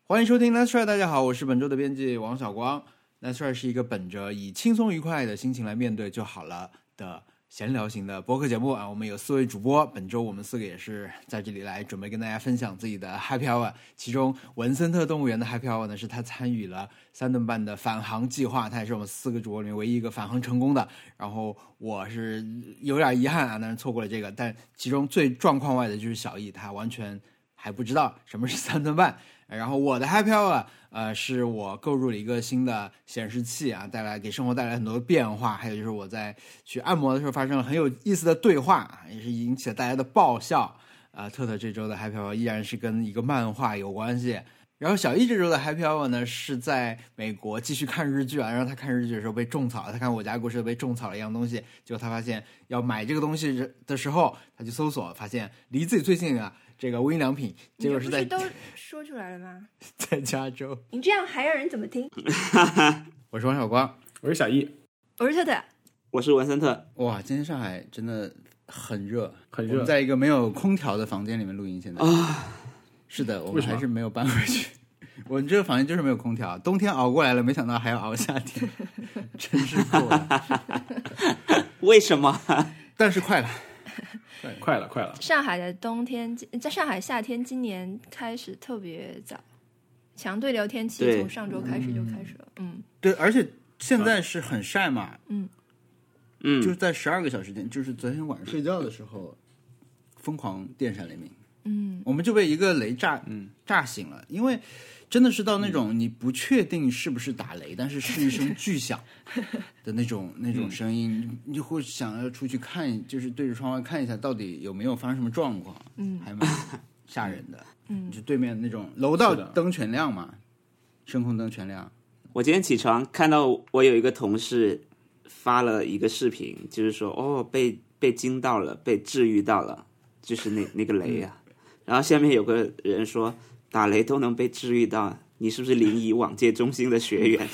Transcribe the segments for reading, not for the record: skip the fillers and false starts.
欢迎收听 Let's Try， 大家好，我是本周的编辑王小光。Let's Try 是一个本着以轻松愉快的心情来面对就好了的闲聊型的播客节目啊。我们有4位主播，本周我们4个也是在这里来准备跟大家分享自己的 Happy Hour。其中文森特动物园的 Happy Hour 呢，是他参与了3顿半的返航计划，他也是我们4个主播里面唯一一个返航成功的。然后我是有点遗憾啊，但是错过了这个。但其中最状况外的就是小易，他完全还不知道什么是3顿半。然后我的 Happy Hour是我购入了一个新的显示器啊，给生活带来很多的变化。还有就是我在去按摩的时候发生了很有意思的对话，也是引起了大家的爆笑。特特这周的 Happy Hour 依然是跟一个漫画有关系。然后小易这周的 Happy Hour 呢，是在美国继续看日剧啊。然后他看日剧的时候被种草了，他看我家故事被种草了一样东西，结果他发现要买这个东西的时候，他就搜索发现离自己最近啊这个无印良品，结果是在你不是都说出来了吗？ 在加州。 你这样还有人怎么听？ 我是王小光， 我是小易， 我是特特， 我是文森特。 哇，今天上海真的很热， 很热。 我们在一个没有空调的房间里面录音，现在是的，我们还是没有搬回去。我们这个房间就是没有空调，冬天熬过来了，没想到还要熬夏天，真是够了。 为什么？ 但是快了。 快了！ 上海的冬天，在上海夏天今年开始特别早，强对流天气从上周开始就开始了。 对，而且现在是很晒嘛，就是在12个小时间，就是昨天晚上睡觉的时候，疯狂电闪雷鸣，我们就被一个雷炸醒了，因为真的是到那种你不确定是不是打雷，但是是一声巨响的那种声音，你就会想要出去看，就是对着窗外看一下到底有没有发生什么状况，还蛮吓人的。就对面那种楼道灯全亮嘛，声控灯全亮。 我今天起床看到我有一个同事发了一个视频，就是说被惊到了，被治愈到了，就是那个雷啊。然后下面有个人说打雷都能被治愈到，你是不是临沂网戒中心的学员？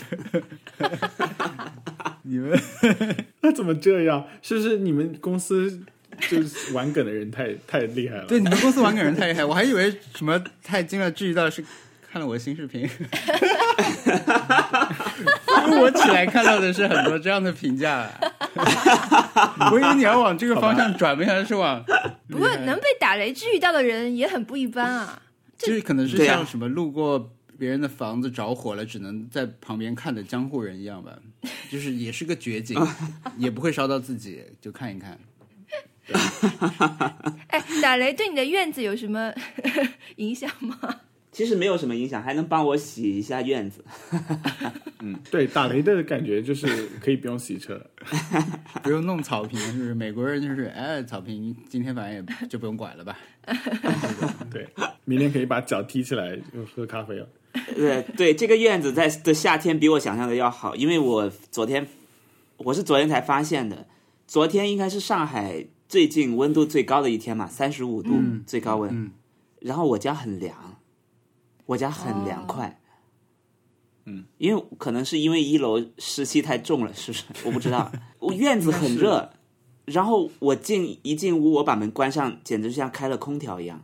你们那怎么这样？是不是你们公司就是玩梗的人太厉害了？ 对，你们公司玩梗人太厉害，我还以为什么太惊了治愈到是看了我的新视频。因为我起来看到的是很多这样的评价。我以为你要往这个方向转，没想到是往。 不过能被打雷治愈到的人也很不一般啊。 就是可能是像什么路过别人的房子着火了，只能在旁边看的江户人一样吧，就是也是个绝景，也不会烧到自己，就看一看。 哎，打雷对你的院子有什么影响吗？ 其实没有什么影响，还能帮我洗一下院子。 对，打雷的感觉就是可以不用洗车， 不用弄草坪，是不是？美国人就是草坪今天反正也就不用管了吧。 对，明天可以把脚踢起来就喝咖啡了。 对，这个院子的夏天比我想象的要好，因为我是昨天才发现的，昨天应该是上海最近温度最高的一天嘛，35度最高温，然后我家很凉，我家很凉快。因为可能是因为1楼湿气太重了，是不是？我不知道。我院子很热，然后我一进屋，我把门关上，简直像开了空调一样。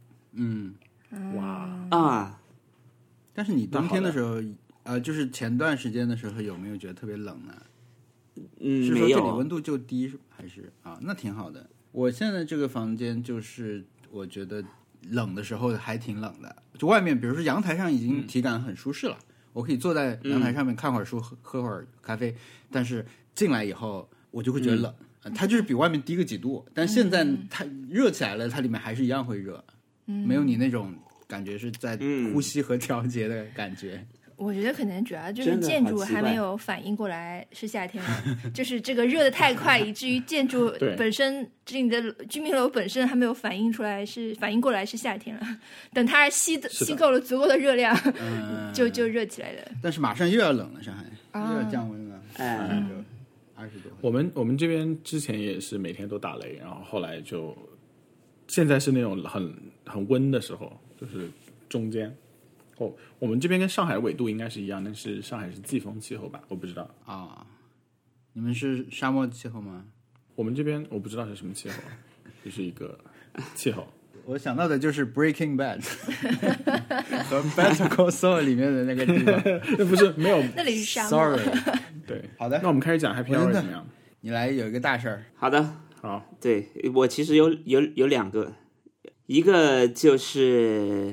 哇啊！ 但是你冬天的时候，就是前段时间的时候，有没有觉得特别冷呢？是说这里温度就低，还是啊？那挺好的。我现在这个房间就是我觉得冷的时候还挺冷的，就外面比如说阳台上已经体感很舒适了。我可以坐在阳台上面看会儿书，喝会儿咖啡，但是进来以后我就会觉得冷，它就是比外面低个几度，但现在它热起来了，它里面还是一样会热，没有你那种感觉是在呼吸和调节的感觉。 我觉得可能主要就是建筑还没有反应过来是夏天了，就是这个热的太快，以至于建筑本身，你的居民楼本身还没有反应过来是夏天了。等它吸够了足够的热量，就热起来了。 但是马上又要冷了，上海又要降温了，20多。 我们这边之前也是每天都打雷，然后后来就现在是那种很温的时候，就是中间。我们这边跟上海纬度应该是一样，但是上海是季风气候吧，我不知道啊。你们是沙漠气候吗？ 我们这边我不知道是什么气候，就是一个气候。 我想到的就是 Breaking Bad 和 Better Call Saul 里面的那个地方。 不是没有那里是沙漠。 Sorry， 对， 好的， 那我们开始讲 Happy Hour 怎么样？ 你来有一个大事儿。 好的， 好， 对我其实有两个，一个就是，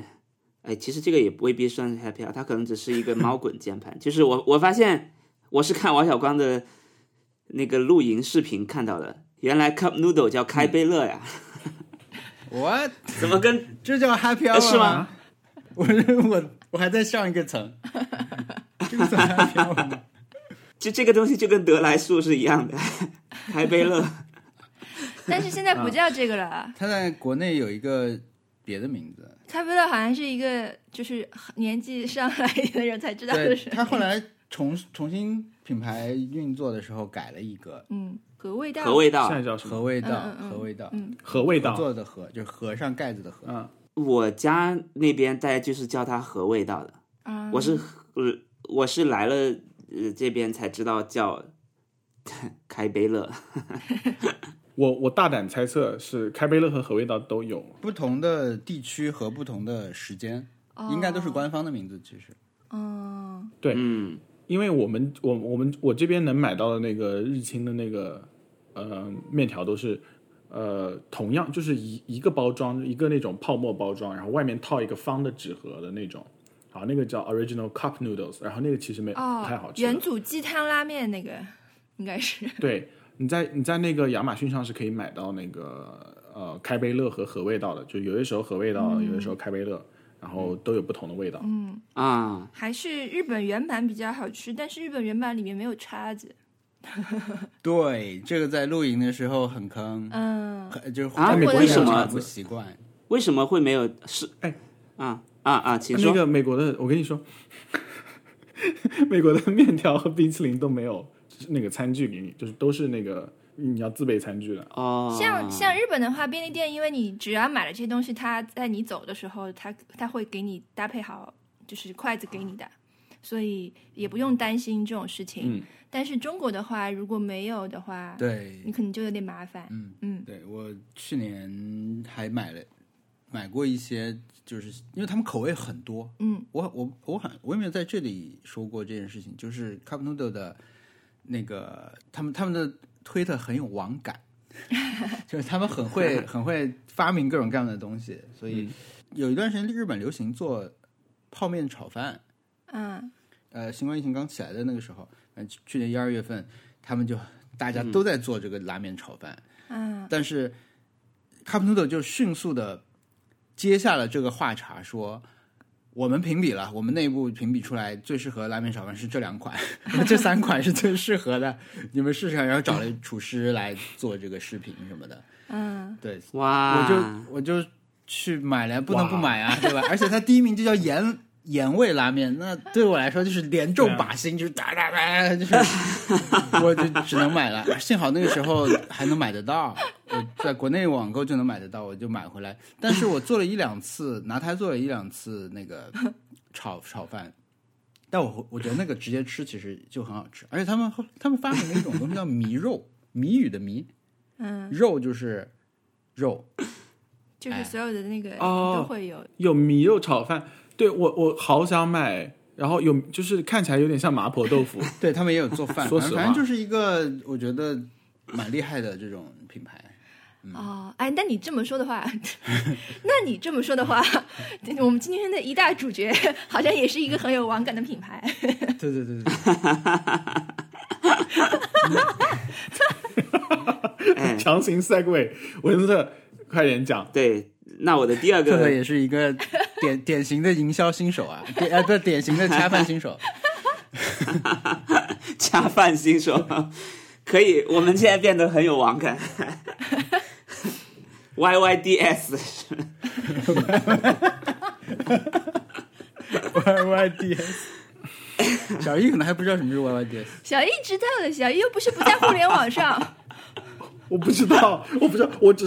其实这个也未必算是 Happy Hour， 它可能只是一个猫滚键盘。就是我发现我是看王小光的那个露营视频看到的，原来 Cup Noodle 叫开杯乐呀。 我怎么跟这叫 Happy Hour 是吗？ 我还在上一个层，这个算 Happy Hour 吗？ 就这个东西就跟得来速是一样的，开杯乐。 但是现在不叫这个了。 它在国内有一个别的名字。 开杯乐好像是一个就是年纪上来一点的人才知道的事。 他后来重新品牌运作的时候改了一个， 和味道， 和味道， 现在叫什么？ 和味道，和味道， 和味道做的和就是合上盖子的和。 我家那边大家就是叫它和味道的。我是来了这边才知道叫开杯乐。 我大胆猜测是开杯乐和和味道都有， 不同的地区和不同的时间，应该都是官方的名字。其实， 对，因为我这边能买到的那个日清的那个面条都是同样就是一个包装，一个那种泡沫包装，然后外面套一个方的纸盒的那种。好，那个叫 Original Cup Noodles， 然后那个其实不太好吃。 元祖鸡汤拉面那个应该是。 对，你在那个亚马逊上是可以买到那个开杯乐和味道的，就有的时候和味道，有的时候开杯乐，然后都有不同的味道。 还是日本原版比较好吃，但是日本原版里面没有叉子。 对，这个在露营的时候很坑。就是为什么不习惯？ 为什么会没有？是请说。 那个美国的，我跟你说，美国的面条和冰淇淋都没有那个餐具给你，就是都是那个你要自备餐具的。 像日本的话，便利店因为你只要买了这些东西，它在你走的时候，它会给你搭配好，就是筷子给你的，所以也不用担心这种事情。但是中国的话，如果没有的话， 对， 你可能就有点麻烦。 对，我去年还买过一些，就是因为他们口味很多。我有没有在这里说过这件事情？就是 Cup Noodle 的那个他们的推特很有网感，就是他们很会发明各种各样的东西，所以有一段时间日本流行做泡面炒饭。新冠疫情刚起来的那个时候，去年1、2月份，他们就大家都在做这个拉面炒饭。但是 Cup Noodle 就迅速的接下了这个话茬，说我们评比了，我们内部评比出来最适合拉面炒饭是这2款，这3款是最适合的，你们试试看。然后找了厨师来做这个视频什么的。对， 哇， 我就去买了，不能不买啊，对吧？而且它第一名就叫盐味拉面，那对我来说就是连中靶心，就是哒哒哒，就是我就只能买了。幸好那个时候还能买得到，我在国内网购就能买得到，我就买回来。但是我做了1-2次，拿它做了1-2次那个炒饭，但我觉得那个直接吃其实就很好吃。而且他们发明了一种东西叫米肉，谜语的谜，肉就是肉， 就是所有的那个都会有米肉炒饭。对，我好想买，然后就是看起来有点像麻婆豆腐。 对，他们也有做饭， 说实话反正就是一个我觉得蛮厉害的这种品牌。 那你这么说的话，我们今天的一大主角好像也是一个很有网感的品牌。 对。 强行 segue， 文色快点讲。 对，那我的第二个， 特也是一个典型的营销新手啊，不，典型的恰饭新手。 恰饭新手可以，我们现在变得很有网感。YYDS YYDS 小易可能还不知道什么是 YYDS。 小易知道的，小易又不是不在互联网上。 我不知道，我不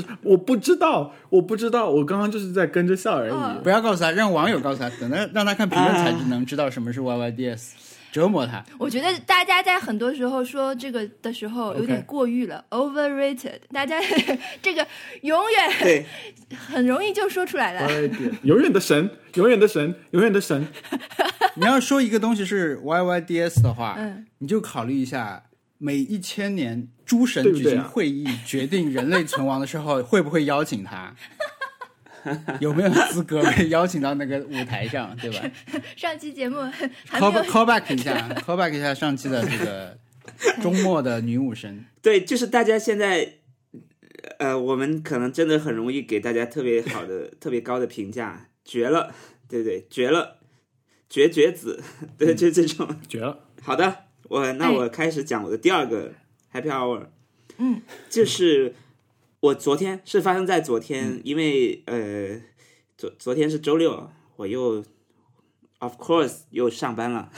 知道，我刚刚就是在跟着笑而已。 不要告诉他，让网友告诉他，等他让他看评论才能知道什么是 YYDS。 折磨他。 我觉得大家在很多时候说这个的时候有点过誉了 overrated， 大家这个永远很容易就说出来了。 永远的神，永远的神，永远的神。 你要说一个东西是 YYDS 的话，你就考虑一下，每1000年诸神举行会议决定人类存亡的时候，会不会邀请他？有没有资格被邀请到那个舞台上，对吧？ 上期节目 call back 一下上期的这个周末的女武神。 对，就是大家现在我们可能真的很容易给大家特别好的特别高的评价，绝了，对对，绝了，绝子，对，就这种绝了。 好的，我开始讲我的第二个 Happy Hour， 就是我昨天是发生在昨天，因为昨天是周六，我又 of course 又上班了。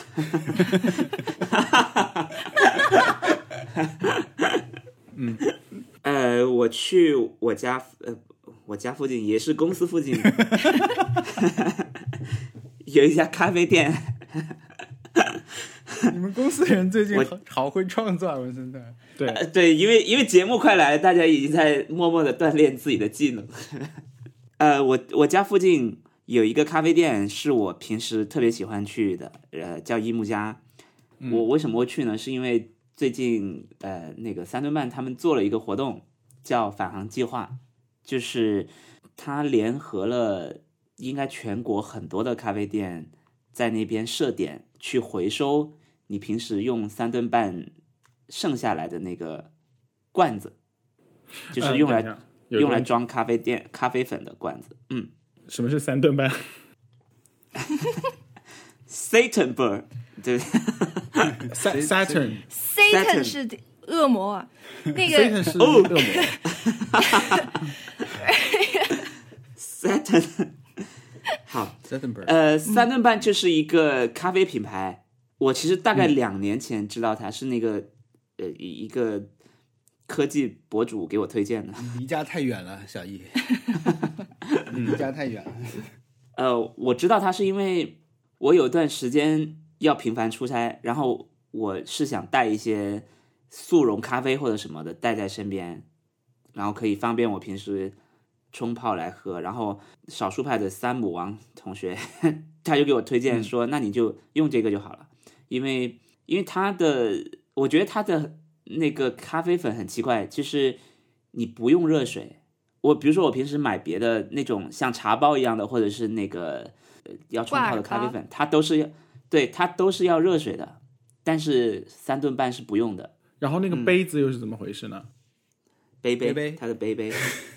我去我家附近，也是公司附近，有一家咖啡店。 你们公司人最近好会创作啊，文森特。 对，因为节目快来了，大家已经在默默的锻炼自己的技能。我家附近有一个咖啡店，是我平时特别喜欢去的，叫一木家。我为什么会去呢？是因为最近那个三顿半他们做了一个活动，叫返航计划，就是他联合了应该全国很多的咖啡店，在那边设点去回收你平时用三顿半剩下来的那个罐子，就是用来装咖啡店咖啡粉的罐子。 什么是三顿半 ？Satan bird， 对 ，Saturn 是恶魔啊，那个 Satan 是恶魔。 Saturn 好，三顿半就是一个咖啡品牌。我其实大概2年前知道它，是那个一个科技博主给我推荐的。 离家太远了，小易。离家太远了。 我知道它是因为我有一段时间要频繁出差，然后我是想带一些速溶咖啡或者什么的带在身边，然后可以方便我平时冲泡来喝。然后少数派的三姆王同学他就给我推荐说，那你就用这个就好了。因为它的，我觉得它的那个咖啡粉很奇怪，就是你不用热水。比如说我平时买别的那种像茶包一样的，或者是那个要冲泡的咖啡粉，它都是要热水的，但是三顿半是不用的。 然后那个杯子又是怎么回事呢？ 杯，它的杯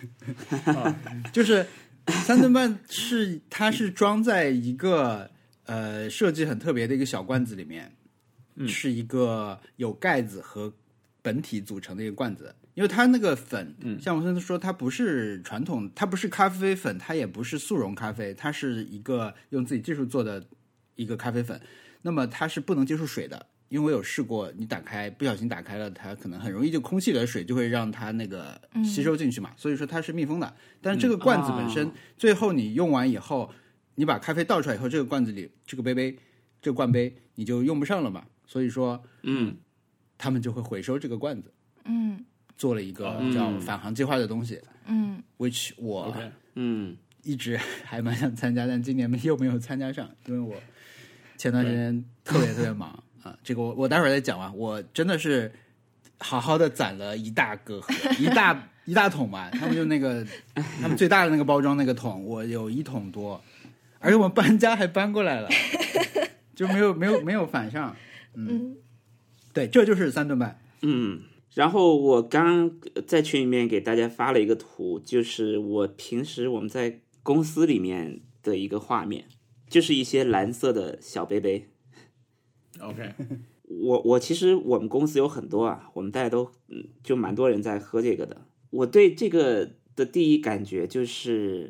就是三顿半它是装在一个设计很特别的一个小罐子里面，是一个有盖子和本体组成的一个罐子。因为它那个粉，像我上次说，它不是传统，它不是咖啡粉，它也不是速溶咖啡，它是一个用自己技术做的一个咖啡粉。那么它是不能接触水的，因为我有试过，你不小心打开了，它可能很容易就空气和水就会让它那个吸收进去嘛，所以说它是密封的。但是这个罐子本身，最后你用完以后，你把咖啡倒出来以后，这个罐子里这个这个罐杯你就用不上了嘛，所以说他们就会回收这个罐子，做了一个叫返航计划的东西，which 我一直还蛮想参加，但今年又没有参加上，因为我前段时间特别忙啊。这个我待会儿再讲啊。我真的是好好的攒了一大个盒，一大桶吧。他们就那个他们最大的那个包装那个桶，我有1桶多，而且我搬家还搬过来了，就没有返上。对，这就是三顿半。 然后我刚在群里面给大家发了一个图，就是我平时我们在公司里面的一个画面，就是一些蓝色的小杯杯。 OK， 我其实我们公司有很多啊，我们大家都就蛮多人在喝这个的。我对这个的第一感觉就是，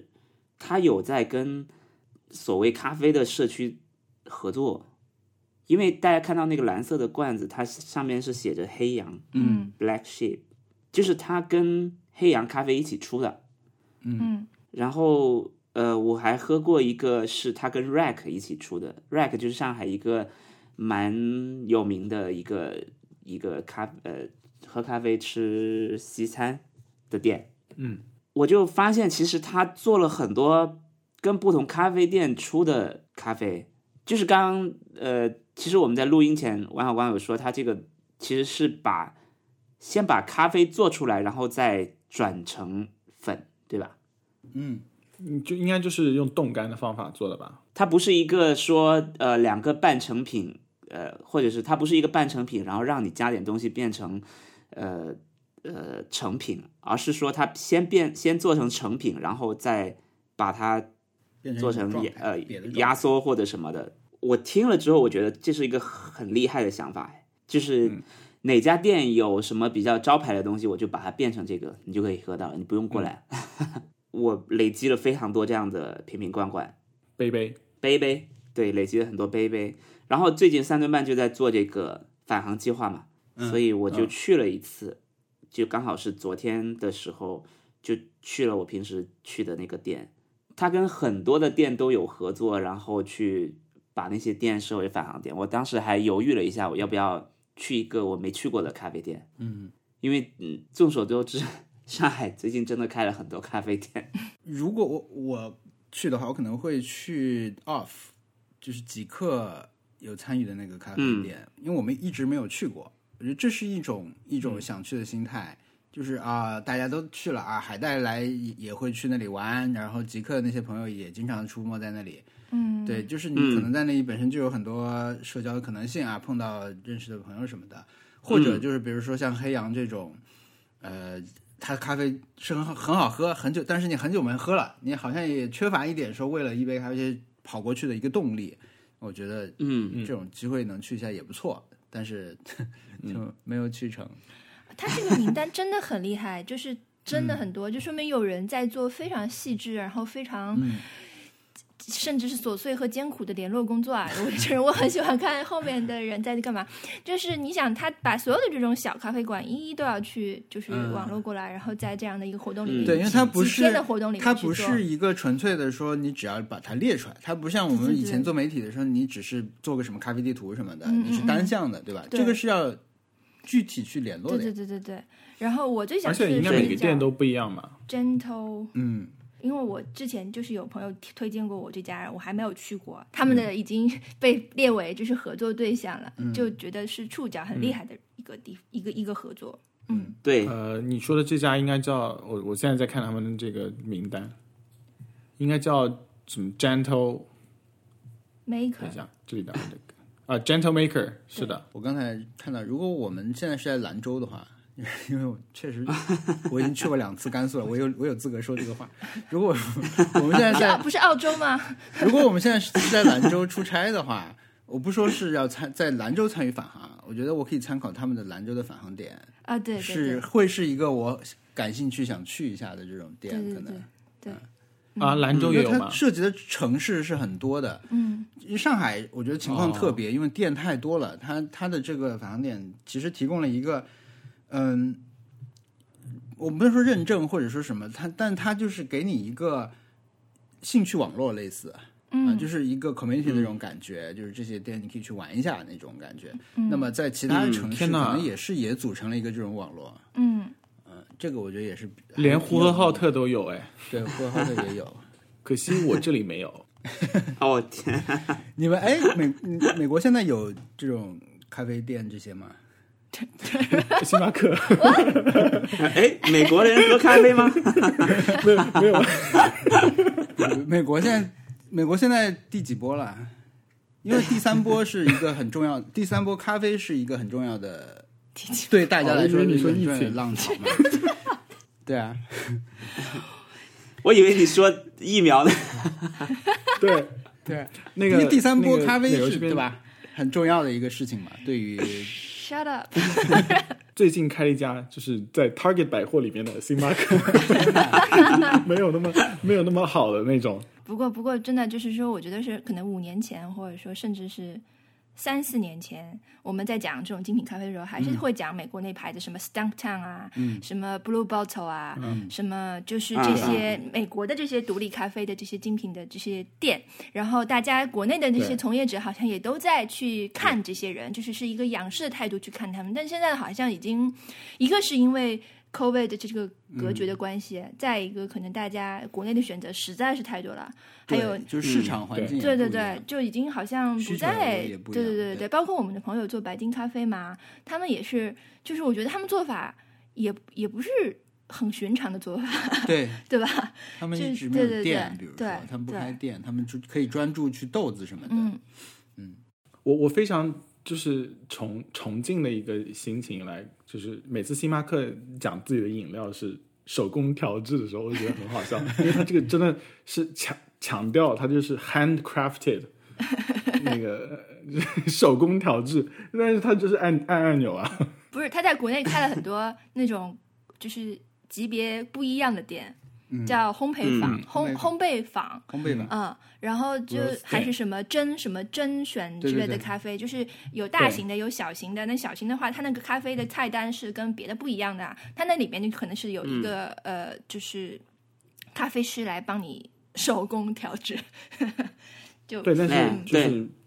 他有在跟所谓咖啡的社区合作。因为大家看到那个蓝色的罐子，它上面是写着黑羊，Black Sheep， 就是它跟黑羊咖啡一起出的。然后我还喝过一个是它跟 Rack 一起出的， Rack 就是上海一个蛮有名的一个喝咖啡吃西餐的店。我就发现其实他做了很多跟不同咖啡店出的咖啡，就是其实我们在录音前王小光有说他这个其实是先把咖啡做出来，然后再转成粉，对吧？ 就应该就是用冻干的方法做的吧？ 它不是一个说两个半成品，或者是它不是一个半成品，然后让你加点东西变成成品，而是说它先做成成品，然后再把它做成压缩或者什么的。我听了之后，我觉得这是一个很厉害的想法，就是哪家店有什么比较招牌的东西，我就把它变成这个，你就可以喝到了，你不用过来。我累积了非常多这样的瓶瓶罐罐、 杯杯， 对，累积了很多杯杯。然后最近3顿半就在做这个返航计划嘛，所以我就去了一次，就刚好是昨天的时候就去了我平时去的那个店。他跟很多的店都有合作，然后去把那些店设为返航店。我当时还犹豫了一下，我要不要去一个我没去过的咖啡店。因为众所周知，上海最近真的开了很多咖啡店。 如果我去的话，我可能会去 Off， 就是极客有参与的那个咖啡店，因为我们一直没有去过。我觉得这是一种想去的心态，就是大家都去了海带来也会去那里玩，然后极客那些朋友也经常出没在那里。对，就是你可能在那里本身就有很多社交的可能性碰到认识的朋友什么的，或者就是比如说像黑羊这种，它咖啡是很好喝，但是你很久没喝了，你好像也缺乏一点说为了一杯咖啡跑过去的一个动力。我觉得这种机会能去一下也不错，但是就没有去成。 他这个名单真的很厉害，就是真的很多，就说明有人在做非常细致，然后非常甚至是琐碎和艰苦的联络工作啊！我很喜欢看后面的人在干嘛。就是你想，他把所有的这种小咖啡馆一都要去，就是网络过来，然后在这样的一个活动里面， 对，因为它不是几天的活动里面， 它不是一个纯粹的说你只要把它列出来，它不像我们以前做媒体的时候，你只是做个什么咖啡地图什么的，你是单向的，对吧？这个是要具体去联络的。 对。然后我最想去的而且应该每个店都不一样嘛。 Gentle，因为我之前就是有朋友推荐过我这家，我还没有去过，他们的已经被列为就是合作对象了，就觉得是触角很厉害的一个合作。 对， 你说的这家应该叫我现在在看他们的这个名单，应该叫什么 Gentle Maker， 等一下这里的Gentle Maker 是的。 我刚才看到，如果我们现在是在兰州的话。因为我确实我已经去过2次甘肃了，我有资格说这个话。如果我们现在不是澳洲吗？ 如果我们现在是在兰州出差的话，我不说是要在兰州参与返航，我觉得我可以参考他们的兰州的返航点啊，对， 会是一个我感兴趣想去一下的这种店，可能对。 兰州也有吗？ 它涉及的城市是很多的。因为上海我觉得情况特别，因为店太多了，它的这个返航点其实提供了一个。我不是说认证或者说什么，但它就是给你一个兴趣网络类似，就是一个 community 的那种感觉，就是这些店你可以去玩一下那种感觉。那么在其他城市可能也组成了一个这种网络。这个我觉得也是， 连呼和浩特都有哎。 对，呼和浩特也有， 可惜我这里没有。 哦天， 你们美国现在有这种咖啡店这些吗？ 星巴克。 美国人喝咖啡吗？ 没有。 美国现在第几波了？因为第3波是一个很重要，第3波咖啡是一个很重要的，对大家来说是一个很重要的浪潮嘛。对啊， 我以为你说疫苗呢。 对，那个因为第3波咖啡是对吧？很重要的一个事情嘛，对于。 Shut up！ 最近开了一家就是在 Target 百货里面的星巴克，没有那么好的那种。 不过真的就是说，我觉得是可能5年前，或者说甚至是 3-4年前我们在讲这种精品咖啡的时候，还是会讲美国那牌子什么 Stumptown 啊，什么 Blue Bottle 啊，什么就是这些美国的这些独立咖啡的这些精品的这些店，然后大家国内的这些从业者好像也都在去看这些人，就是一个仰视的态度去看他们。但现在好像已经，一个是因为 COVID 的这个隔绝的关系，再一个可能大家国内的选择实在是太多了，还有就是市场环境对，就已经好像不在对，包括我们的朋友做白金咖啡嘛，他们也是，就是我觉得他们做法也不是很寻常的做法，对吧？ 他们一直没有店，比如说他们不开店，他们就可以专注去豆子什么的。 我非常就是崇敬的一个心情来，就是每次星巴克讲自己的饮料是手工调制的时候，我觉得很好笑，因为他这个真的是强调他就是 handcrafted 那个手工调制，但是他就是按钮啊。 不是，他在国内开了很多那种就是级别不一样的店。叫烘焙坊，烘焙坊，然后就还是什么甄选之类的咖啡，就是有大型的有小型的。那小型的话，它那个咖啡的菜单是跟别的不一样的，它那里面就可能是有一个就是咖啡师来帮你手工调制。 对，但是就是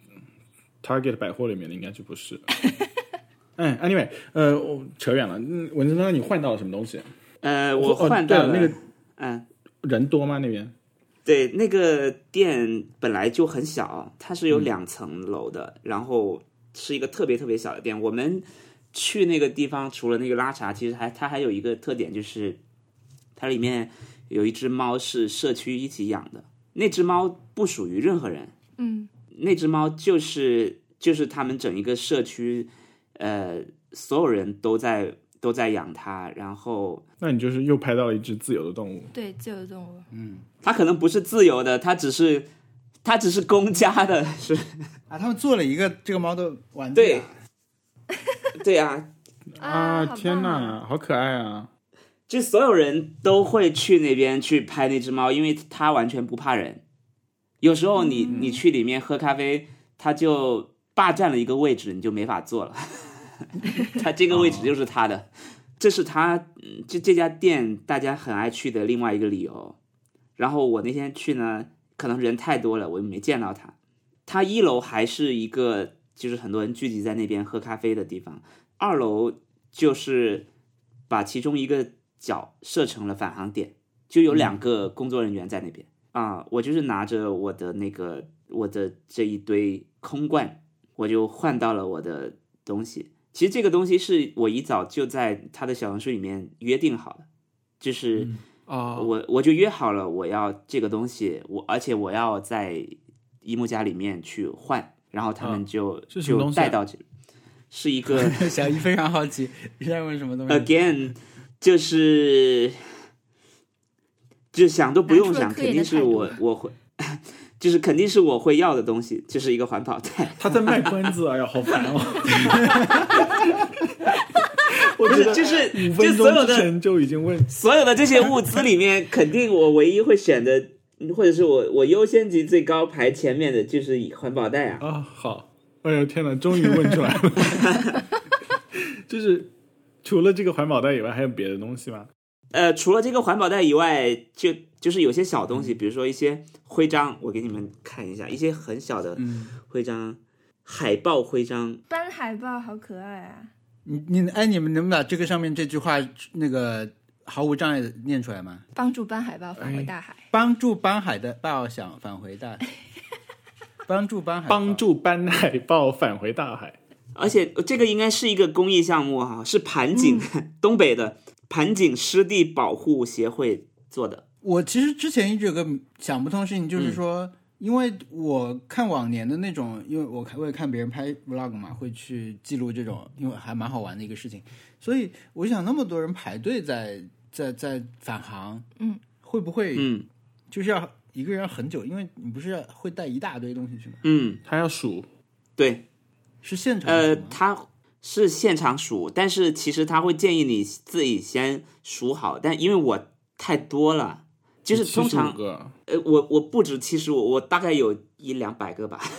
Target 百货里面的应该就不是。anyway， 扯远了。文森特，你换到了什么东西？ 我换到了那个。人多吗那边？ 对，那个店本来就很小，它是有2层楼的，然后是一个特别特别小的店。我们去那个地方，除了那个拉茶，其实它还有一个特点，就是它里面有一只猫是社区一起养的，那只猫不属于任何人，那只猫就是他们整一个社区，所有人都在养它，然后那你就是又拍到了一只自由的动物。 对，自由的动物。 它可能不是自由的，它只是公家的，是啊，他们做了一个这个猫的玩具。 对啊， 天哪，好可爱啊！ 就所有人都会去那边去拍那只猫，因为它完全不怕人。有时候你去里面喝咖啡，它就霸占了一个位置，你就没法坐了。它这个位置就是它的，这是它这家店大家很爱去的另外一个理由。然后我那天去呢，可能人太多了，我没见到它。它1楼还是一个就是很多人聚集在那边喝咖啡的地方，2楼就是把其中一个角设成了返航点，就有2个工作人员在那边我就是拿着我的这一堆空罐，我就换到了我的东西。其实这个东西是我一早就在他的小红书里面约定好的，就是我就约好了我要这个东西，而且我要在一木家里面去换，然后他们就带到这里，是一个小姨非常好奇你在问什么东西。 Again 就想都不用想，肯定是我会就是肯定是我会要的东西，就是一个环保袋。 他在卖关子，哎呀，好烦哦！ 我觉得就是 5分钟之前就已经问所有的这些物资里面，肯定我唯一会选的，或者是我优先级最高排前面的就是环保袋啊。 好，哎呦天哪，终于问出来了。就是除了这个环保袋以外，还有别的东西吗？ 除了这个环保袋以外，就是有些小东西，比如说一些徽章，我给你们看一下，一些很小的徽章，海报徽章， 搬海报好可爱啊！ 你们能把这个上面这句话那个毫无障碍的念出来吗？ 帮助搬海报返回大海， 帮助搬海的报想返回大海，帮助搬海报返回大海。 而且这个应该是一个公益项目是盘锦东北的盘锦湿地保护协会做的。 我其实之前一直有个想不通的事情，就是说因为我看往年的那种，因为我也看别人拍 vlog 嘛，会去记录这种，因为还蛮好玩的一个事情，所以我想那么多人排队在返航，会不会就是要一个人要很久，因为你不是会带一大堆东西去吗？ 他要数。 对， 是现场数吗？ 他是现场数，但是其实他会建议你自己先数好，但因为我太多了，就是通常 75个我不止75，我大概有100-200个吧。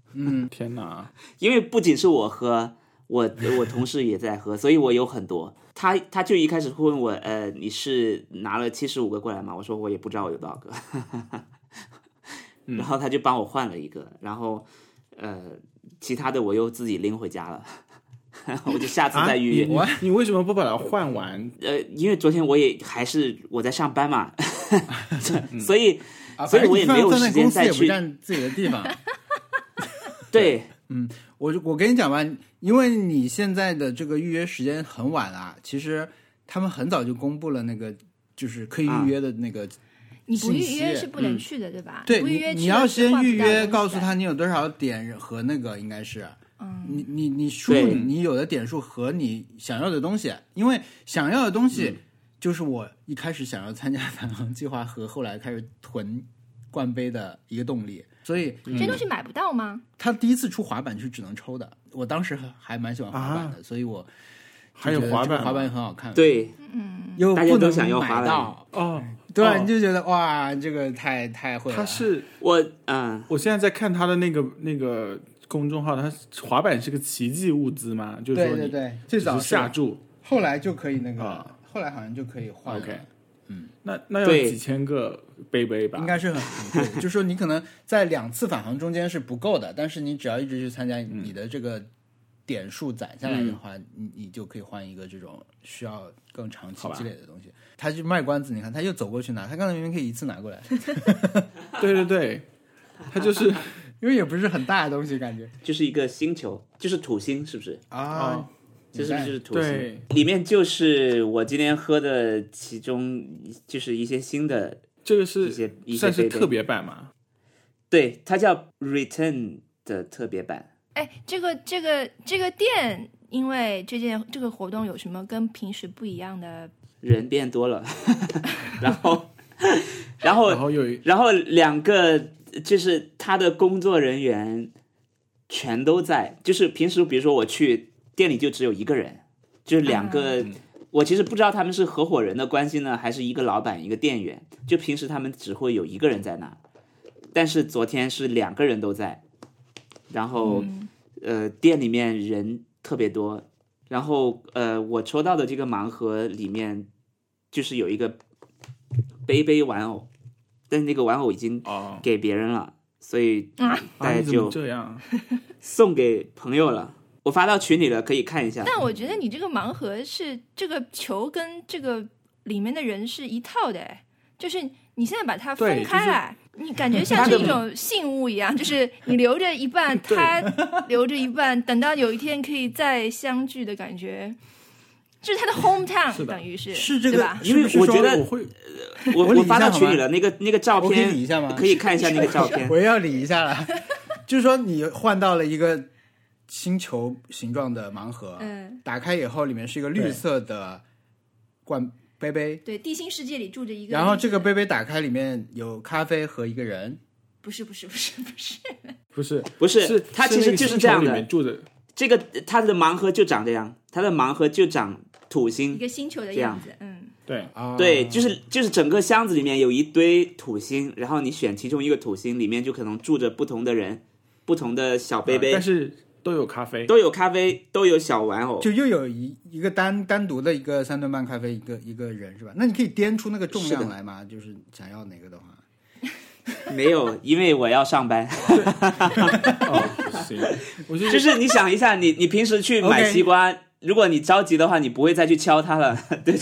天哪！ 因为不仅是我喝，我同事也在喝，所以我有很多。他就一开始会问我，你是拿了75个过来吗？我说我也不知道我有多少个，然后他就帮我换了一个，然后其他的我又自己拎回家了。我就下次再预约。 你为什么不把它换完？ 因为昨天我在上班嘛，所以我也没有时间再去。 也不占自己的地方。 对， 我跟你讲吧，因为你现在的这个预约时间很晚啊，其实他们很早就公布了那个就是可以预约的那个。 你不预约是不能去的，对吧？ 对， 不预约你要先预约，告诉他你有多少点和那个应该是。你输入你有的点数和你想要的东西，因为想要的东西就是我一开始想要参加返航计划和后来开始囤冠杯的一个动力，所以这东西买不到吗？ 他第一次出滑板是只能抽的，我当时还蛮喜欢滑板的，所以我还有滑板也很好看， 对， 又大家都想要滑板哦， 对，你就觉得哇，这个太会了。 他是我现在在看他的那个公众号，它滑板是个奇迹物资嘛？就是说对，最早是下注， 后来就可以那个，后来好像就可以换了。 OK， 那要几千个杯吧？ 应该是很贵的。就是说你可能在2次返航中间是不够的，但是你只要一直去参加，你的这个点数攒下来的话，你就可以换一个这种需要更长期积累的东西。他就卖关子，你看他又走过去拿，他刚才明明可以一次拿过来。 对，他就是。 因为也不是很大的东西，感觉就是一个星球，就是土星，是不是啊？ 这是不是就是土星？里面就是我今天喝的，其中就是一些新的， 这个是算是特别版吗？ 对，它叫 Return 的特别版。 哎，这个店，因为这个活动有什么跟平时不一样的？ 人变多了，然后2个。就是他的工作人员全都在，就是平时比如说我去店里就只有一个人，就是2个，我其实不知道他们是合伙人的关系呢，还是一个老板一个店员，就平时他们只会有一个人在那，但是昨天是2个人都在，然后店里面人特别多，然后我抽到的这个盲盒里面就是有一个杯玩偶。但那个玩偶已经给别人了，所以大家就这样送给朋友了。我发到群里了，可以看一下。 但我觉得你这个盲盒是这个球跟这个里面的人是一套的，就是你现在把它分开来，你感觉像是一种信物一样，就是你留着一半，他留着一半，等到有一天可以再相聚的感觉。这是他的 hometown， 等于是这个， 对吧？ 因为我觉得我发到群里了，那个照片， 我可以理一下吗？ 可以看一下那个照片。 我也要理一下了，就是说你换到了一个星球形状的盲盒，打开以后里面是一个绿色的杯， 对，地心世界里住着一个， 然后这个杯打开里面有咖啡和一个人， 不是， 它其实就是这样的。 住着这个它的盲盒就长这样，它的盲盒就长土星一个星球的样子， 对，就是整个箱子里面有一堆土星，然后你选其中一个土星，里面就可能住着不同的人，不同的小杯， 但是都有咖啡， 都有小玩偶， 就又有一个单独的一个3顿半咖啡一个人是吧？那你可以掂出那个重量来吗？就是想要哪个的话。 没有，因为我要上班。就是你想一下，你平时去买西瓜，如果你着急的话，你不会再去敲它了，对。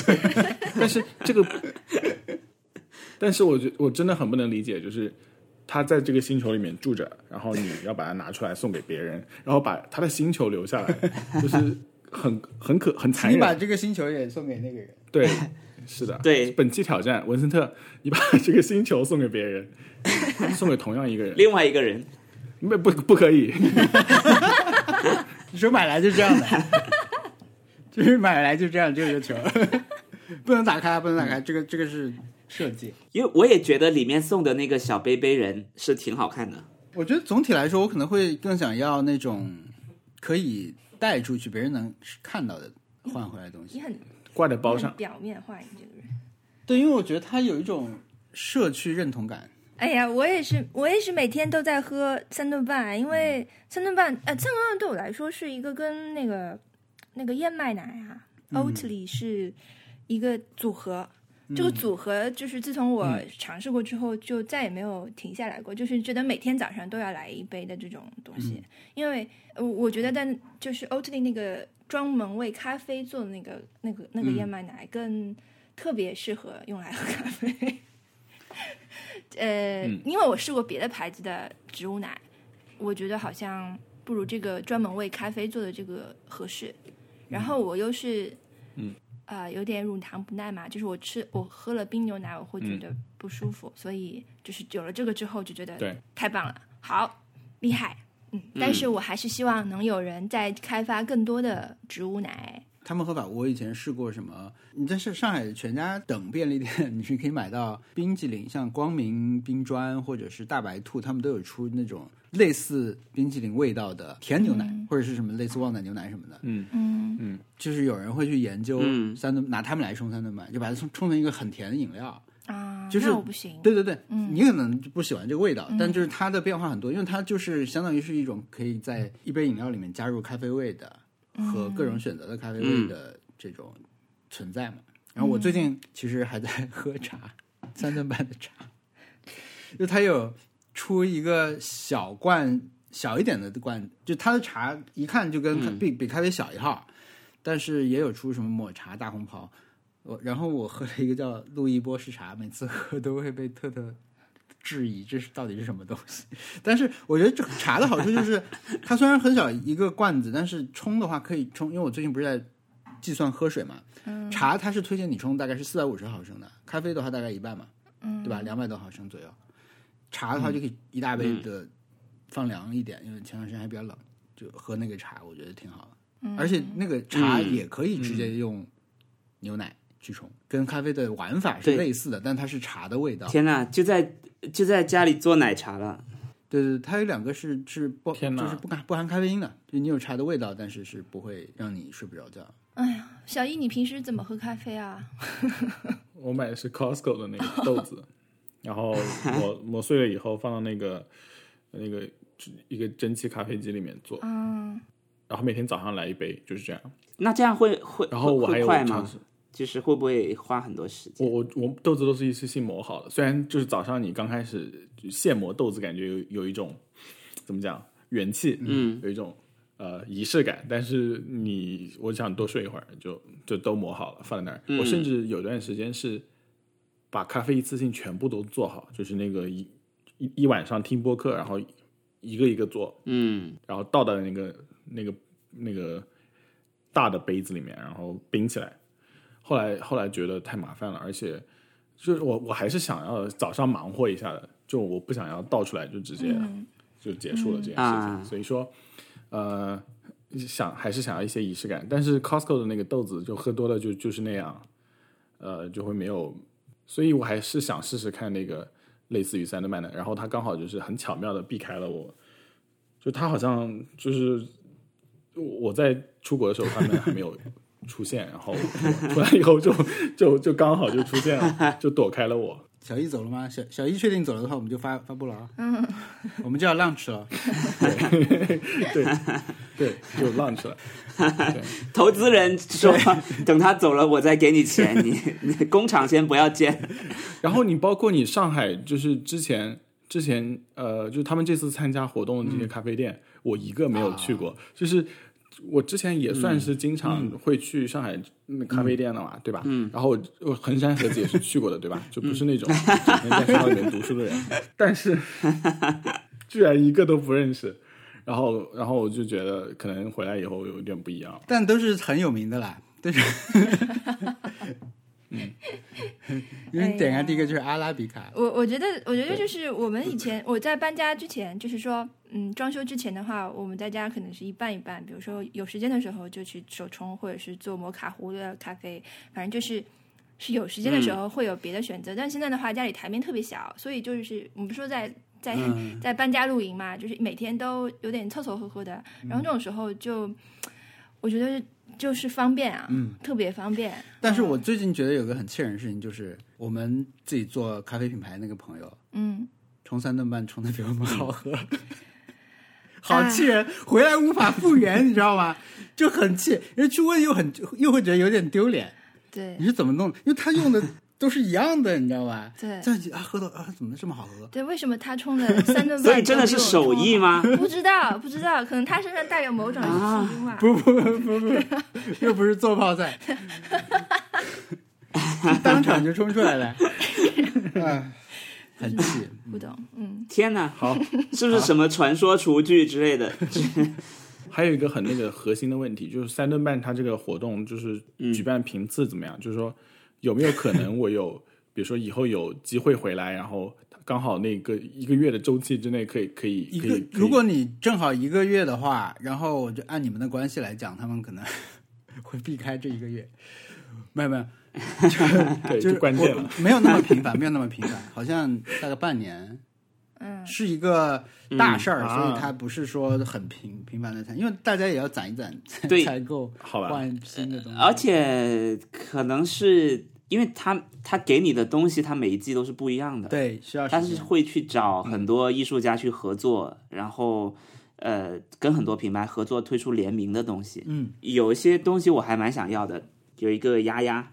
但是我真的很不能理解，就是他在这个星球里面住着，然后你要把它拿出来送给别人，然后把他的星球留下来，就是很残忍。 你把这个星球也送给那个人， 对。是的， 对， 本期挑战文森特，你把这个星球送给别人，送给同样一个人， 另外一个人， 不可以。 你说买来就这样的，就是买来就这样这个球，不能打开，这个是设计。 因为我也觉得里面送的那个小杯人是挺好看的。 我觉得总体来说，我可能会更想要那种可以带出去别人能看到的换回来的东西。 挂在包上， 表面化，你这个人。 对，因为我觉得它有一种社区认同感。 哎呀，我也是每天都在喝三顿半，因为三顿半对我来说是一个跟那个燕麦奶啊，Oatly 是一个组合。这个组合就是自从我尝试过之后，就再也没有停下来过，就是觉得每天早上都要来一杯的这种东西。因为我觉得就是 Oatly 那个专门为咖啡做的那个燕麦奶更特别适合用来喝咖啡。因为我试过别的牌子的植物奶，我觉得好像不如这个专门为咖啡做的这个合适。然后我又是有点乳糖不耐嘛，就是我喝了冰牛奶我会觉得不舒服，所以就是有了这个之后就觉得太棒了，好厉害。但是我还是希望能有人再开发更多的植物奶。 他们喝法我以前试过什么，你在上海全家等便利店你是可以买到冰激凌，像光明冰砖或者是大白兔，他们都有出那种类似冰激凌味道的甜牛奶，或者是什么类似旺仔牛奶什么的。就是有人会去研究三顿，拿他们来冲三顿半，就把它冲成一个很甜的饮料啊， 就是那我不行。 对，你可能不喜欢这个味道，但就是它的变化很多，因为它就是相当于是一种可以在一杯饮料里面加入咖啡味的和各种选择的咖啡味的这种存在嘛。然后我最近其实还在喝茶，三顿半的茶，就它有出一个小一点的罐，就它的茶一看就跟比咖啡小一号，但是也有出什么抹茶大红袍。然后我喝了一个叫路易波士茶，每次喝都会被特质疑这是到底是什么东西。但是我觉得这茶的好处就是它虽然很小一个罐子，但是冲的话可以冲，因为我最近不是在计算喝水嘛，茶它是推荐你冲大概是450毫升的，咖啡的话大概一半嘛，对吧，200多毫升左右。茶的话就可以一大杯的放凉一点，因为前段时间还比较冷，就喝那个茶我觉得挺好的。而且那个茶也可以直接用牛奶去冲，跟咖啡的玩法是类似的，但它是茶的味道。 天哪，就在家里做奶茶了。 对，它有两个是就是不含咖啡因的，就你有茶的味道，但是是不会让你睡不着觉。 哎呀，小易，你平时怎么喝咖啡啊？ 我买的是 Costco 的那个豆子，然后我磨碎了以后放到那个一个蒸汽咖啡机里面做，然后每天早上来一杯，就是这样。 那这样会然后我还有快吗？就是会不会花很多时间？ 我豆子都是一次性磨好的，虽然就是早上你刚开始现磨豆子，感觉有一种怎么讲元气，有一种仪式感，但是我想多睡一会儿就都磨好了放在那儿。我甚至有段时间是把咖啡一次性全部都做好，就是那个一晚上听播客，然后一个一个做，然后倒到那个大的杯子里面，然后冰起来。后来觉得太麻烦了，而且就是我还是想要早上忙活一下的，就我不想要倒出来就直接就结束了这件事情。所以说还是想要一些仪式感，但是 Costco 的那个豆子就喝多了就是那样，就会没有，所以我还是想试试看那个类似于三顿半的，然后它刚好就是很巧妙的避开了我，就它好像就是我在出国的时候他们还没有出现，然后出来以后就刚好就出现了，就躲开了我。 小易走了吗？小易确定走了的话，我们就发布了啊。我们就要 launch 了。 对，就 launch 了。 投资人说，等他走了，我再给你钱，你工厂先不要建。 然后你包括你上海，就是之前就是他们这次参加活动的这些咖啡店，我一个没有去过，就是我之前也算是经常会去上海咖啡店的嘛，对吧？然后我衡山盒子也是去过的，对吧？就不是那种整天在学校里面读书的人，但是居然一个都不认识，然后我就觉得可能回来以后有点不一样， 但都是很有名的啦，都是。因为点开第一个就是阿拉比卡。 我觉得就是我们以前我在搬家之前，就是说装修之前的话，我们在家可能是一半一半，比如说有时间的时候就去手冲，或者是做摩卡壶的咖啡，反正就是有时间的时候会有别的选择。但现在的话，家里台面特别小，所以就是我们说在搬家露营嘛，就是每天都有点凑凑合合的，然后这种时候就我觉得就是方便啊，特别方便。 但是我最近觉得有个很气人的事情，就是我们自己做咖啡品牌那个朋友， 冲3顿半冲的比我们好喝。好气人，回来无法复原，你知道吗？就很气，因为去问又会觉得有点丢脸。 对， 你是怎么弄？因为他用的都是一样的，你知道吧？ 对， 这样喝到怎么这么好喝？ 对，为什么他冲了3顿半？ 所以真的是手艺吗？ 不知道，可能他身上带有某种基因吧。 不，又不是做泡菜，当场就冲出来了。很气， 不懂， 天哪， 好， 是不是什么传说厨具之类的？ 还有一个很核心的问题，就是3顿半它这个活动就是举办频次怎么样？就是说有没有可能我有，比如说以后有机会回来，然后刚好那个1个月的周期之内可以。 如果你正好1个月的话，然后我就按你们的关系来讲，他们可能会避开这1个月。没有。 对，就关键了， 没有那么频繁，好像大概半年，是一个大事儿，所以它不是说很频繁的参，因为大家也要攒一攒才够换新的东西。 而且可能是因为他给你的东西，他每一季都是不一样的， 对，需要， 他是会去找很多艺术家去合作，然后跟很多品牌合作推出联名的东西。有一些东西我还蛮想要的，有一个鸭鸭。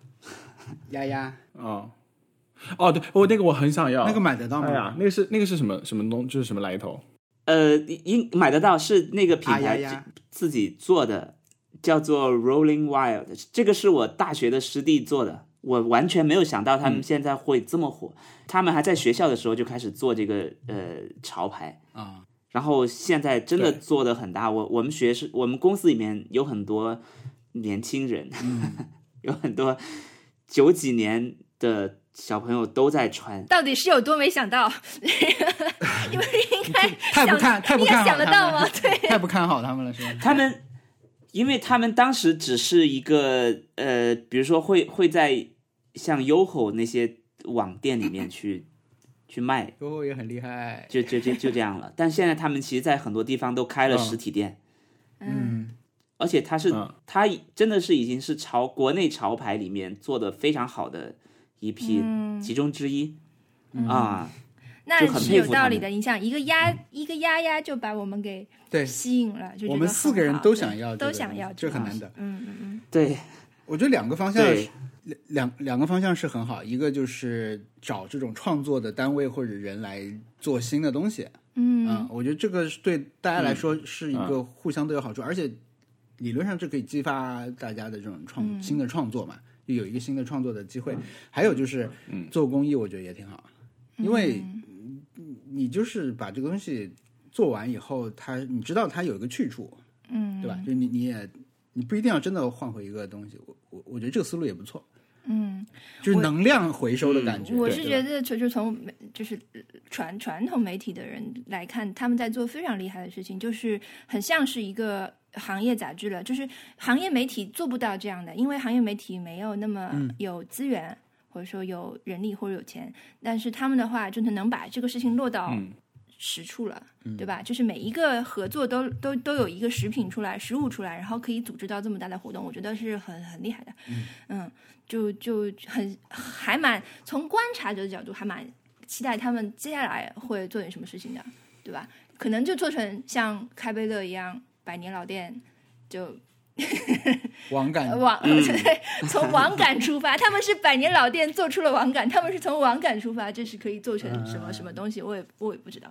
对，那个我很想要， 那个买得到吗？ 哎呀，那个是什么东，就是什么来头？ 买得到，是那个品牌自己做的，叫做 Rolling Wild。这个是我大学的师弟做的，我完全没有想到他们现在会这么火。他们还在学校的时候就开始做这个潮牌啊， 然后现在真的做得很大。我们公司里面有很多年轻人，有很多90几年的小朋友都在穿， 到底是有多没想到？你们应该太不看好想得到吗？对， 太不看好他们了，是吧？ 因为他们当时只是一个比如说会在像 YOHO 那些网店里面去卖 ，YOHO 也很厉害， 就这样了。但现在他们其实在很多地方都开了实体店，而且他真的是已经是国内潮牌里面做的非常好的一批其中之一啊。 那是有道理的。你想一个鸭就把我们给吸引了，就我们4个人都想要， 都想要， 这很难得。 对， 我觉得两个方向两个方向是很好，一个就是找这种创作的单位或者人来做新的东西。我觉得这个对大家来说是一个互相都有好处，而且理论上这可以激发大家的这种新的创作嘛，就有一个新的创作的机会。还有就是做公益，我觉得也挺好，因为你就是把这个东西做完以后，你知道它有一个去处，对吧？就你不一定要真的换回一个东西，我觉得这个思路也不错。就是能量回收的感觉。 我是觉得就是从传统媒体的人来看，他们在做非常厉害的事情，就是很像是一个行业杂志了，就是行业媒体做不到这样的，因为行业媒体没有那么有资源，或者说有人力或者有钱，但是他们的话就是能把这个事情落到实处了，对吧？就是每一个合作都有一个实物出来，然后可以组织到这么大的活动，我觉得是很厉害的。就还蛮从观察者的角度还蛮期待他们接下来会做点什么事情的，对吧？可能就做成像开贝乐一样百年老店，就网感从网感出发，他们是百年老店做出了网感，他们是从网感出发，这是可以做成什么东西，我也不知道。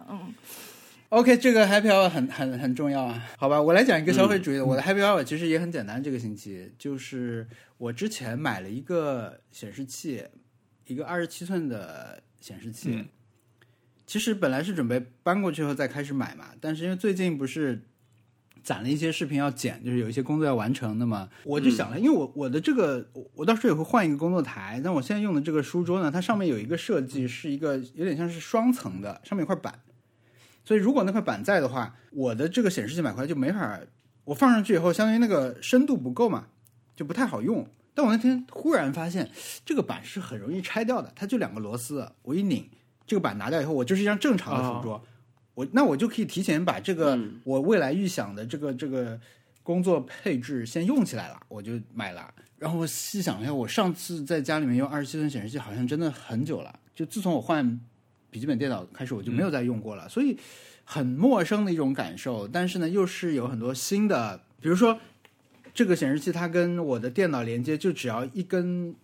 OK， 这个 Happy Hour 很重要啊，好吧，我来讲一个消费主义的。我的 Happy Hour 其实也很简单，这个星期就是我之前买了一个显示器，一个27寸的显示器，其实本来是准备搬过去后再开始买嘛，但是因为最近不是攒了一些视频要剪，就是有一些工作要完成，那么我就想了，因为我的这个我到时候也会换一个工作台，但我现在用的这个书桌呢，它上面有一个设计是一个有点像是双层的，上面有块板，所以如果那块板在的话，我的这个显示器买回来就没法，我放上去以后相当于那个深度不够嘛，就不太好用。但我那天忽然发现这个板是很容易拆掉的，它就2个螺丝，我一拧这个板拿掉以后，我就是一张正常的书桌，那我就可以提前把这个我未来预想的这个工作配置先用起来了，我就买了。然后我细想一下，我上次在家里面用27寸显示器好像真的很久了，就自从我换笔记本电脑开始我就没有再用过了，所以很陌生的一种感受。但是呢，又是有很多新的，比如说这个显示器它跟我的电脑连接就只要一根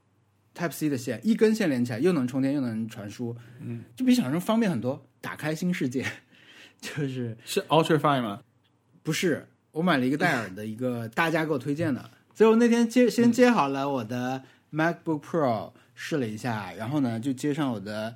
Type-C 的线，一根线连起来，又能充电又能传输，就比想象中方便很多，打开新世界。是 Ultra-Fine 吗？ 不是，我买了一个戴尔的一个大家给我推荐的，所以我那天先接好了我的 MacBook Pro 试了一下，然后呢就接上我的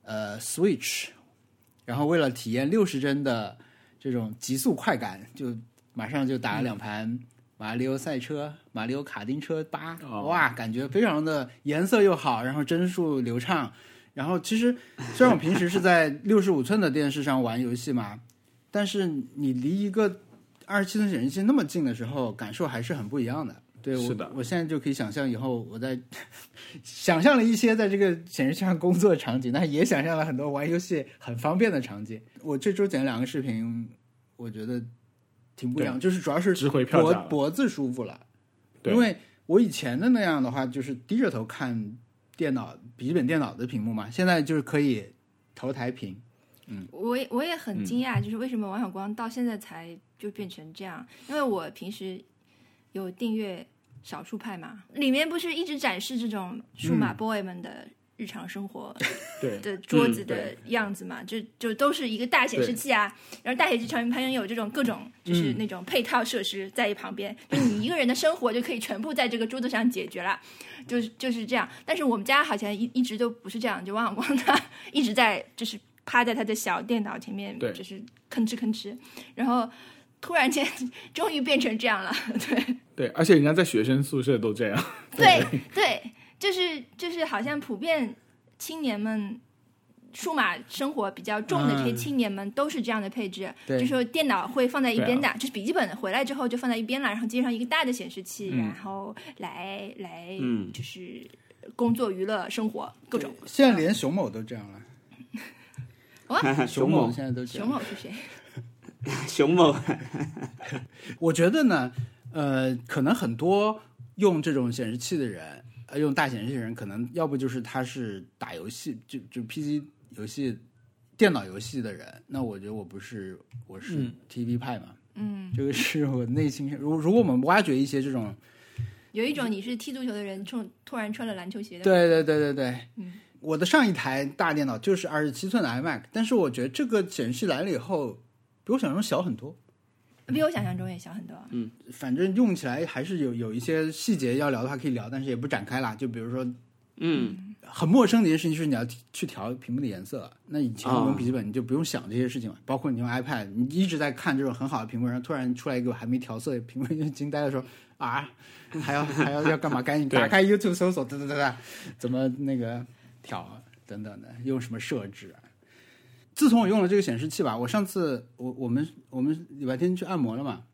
Switch， 然后为了体验60帧的这种极速快感，就马上就打了2盘马里奥赛车、马里奥卡丁车8，哇，感觉非常的颜色又好，然后帧数流畅。然后其实虽然我平时是在65寸的电视上玩游戏嘛，但是你离一个27寸显示器那么近的时候，感受还是很不一样的。对， 是的， 我现在就可以想象以后我在想象了一些在这个显示器上工作的场景，但也想象了很多玩游戏很方便的场景。我这周剪了2个视频，我觉得挺不一样，就是主要是脖子舒服了，因为我以前的那样的话就是低着头看笔记本电脑的屏幕嘛，现在就是可以头抬屏。 我也很惊讶，就是为什么王小光到现在才就变成这样？因为我平时有订阅少数派嘛，里面不是一直展示这种数码 boy 们的日常生活的桌子的样子嘛，就都是一个大显示器啊，然后大显示器旁边有这种各种就是那种配套设施在旁边，就你一个人的生活就可以全部在这个桌子上解决了，就是这样。但是我们家好像一直都不是这样，就王小光他一直在就是趴在他的小电脑前面，就是吭哧吭哧，然后突然间终于变成这样了。 对，而且人家在学生宿舍都这样。 对，就是好像普遍青年们数码生活比较重的这些青年们都是这样的配置，就是说电脑会放在一边的，就是笔记本回来之后就放在一边了，然后接上一个大的显示器，然后来就是工作娱乐生活各种。 现在连熊某都这样了。熊某现在都这样。 熊某是谁？ 熊某。 我觉得呢，可能很多用这种显示器的人，用大显示器的人，可能要不就是他是打游戏，就 PC 游戏、电脑游戏的人。那我觉得我不是，我是 TV 派嘛。这个是我内心。如果我们挖掘一些这种， 有一种你是踢足球的人，突然穿了篮球鞋的。 对。我的上一台大电脑就是27寸的 iMac， 但是我觉得这个显示器来了以后，比我想象中小很多。 比我想象中也小很多。 反正用起来还是有一些细节要聊的话可以聊，但是也不展开啦。就比如说，很陌生的一件事情是你要去调屏幕的颜色。那以前我用笔记本你就不用想这些事情了，包括你用 iPad， 你一直在看这种很好的屏幕，然后突然出来一个还没调色的屏幕，就惊呆的时候啊，还要干嘛？赶紧打开 YouTube 搜索，怎么那个调等等的，用什么设置啊？自从我用了这个显示器吧，我上次我们礼拜天去按摩了嘛，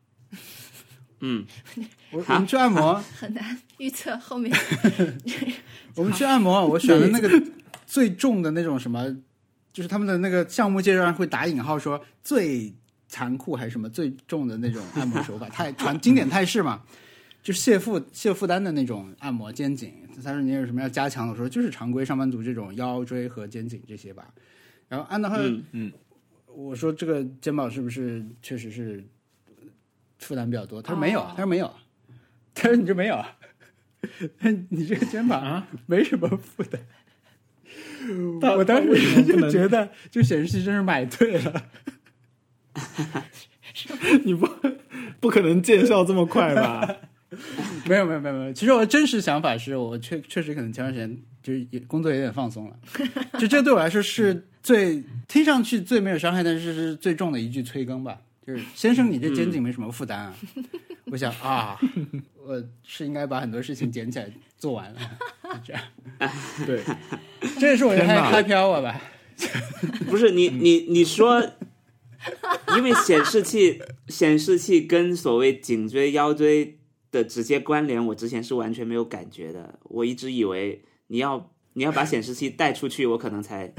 我们去按摩很难预测后面。 我们去按摩，我选了那个最重的那种什么，就是他们的那个项目介绍上会打引号说最残酷还是什么最重的那种按摩手法，经典泰式嘛，就卸负担的那种按摩肩颈。他说你有什么要加强的？我说就是常规上班族这种腰椎和肩颈这些吧。然后按到他，我说这个肩膀是不是确实是负担比较多？他说没有，他说你这没有，你这个肩膀没什么负担。我当时就觉得，这显示器真是买对了。 你不可能见效这么快吧？ 没有。其实我的真实想法是我确实可能前段时间就是工作有点放松了，就这对我来说是听上去最没有伤害，但是是最重的一句催更吧。就是先生，你这肩颈没什么负担啊。我想我是应该把很多事情捡起来做完了，这样。 对， 这也是我的开飘我吧。 不是你说，因为显示器跟所谓颈椎腰椎的直接关联，我之前是完全没有感觉的。我一直以为你要把显示器带出去，我可能才。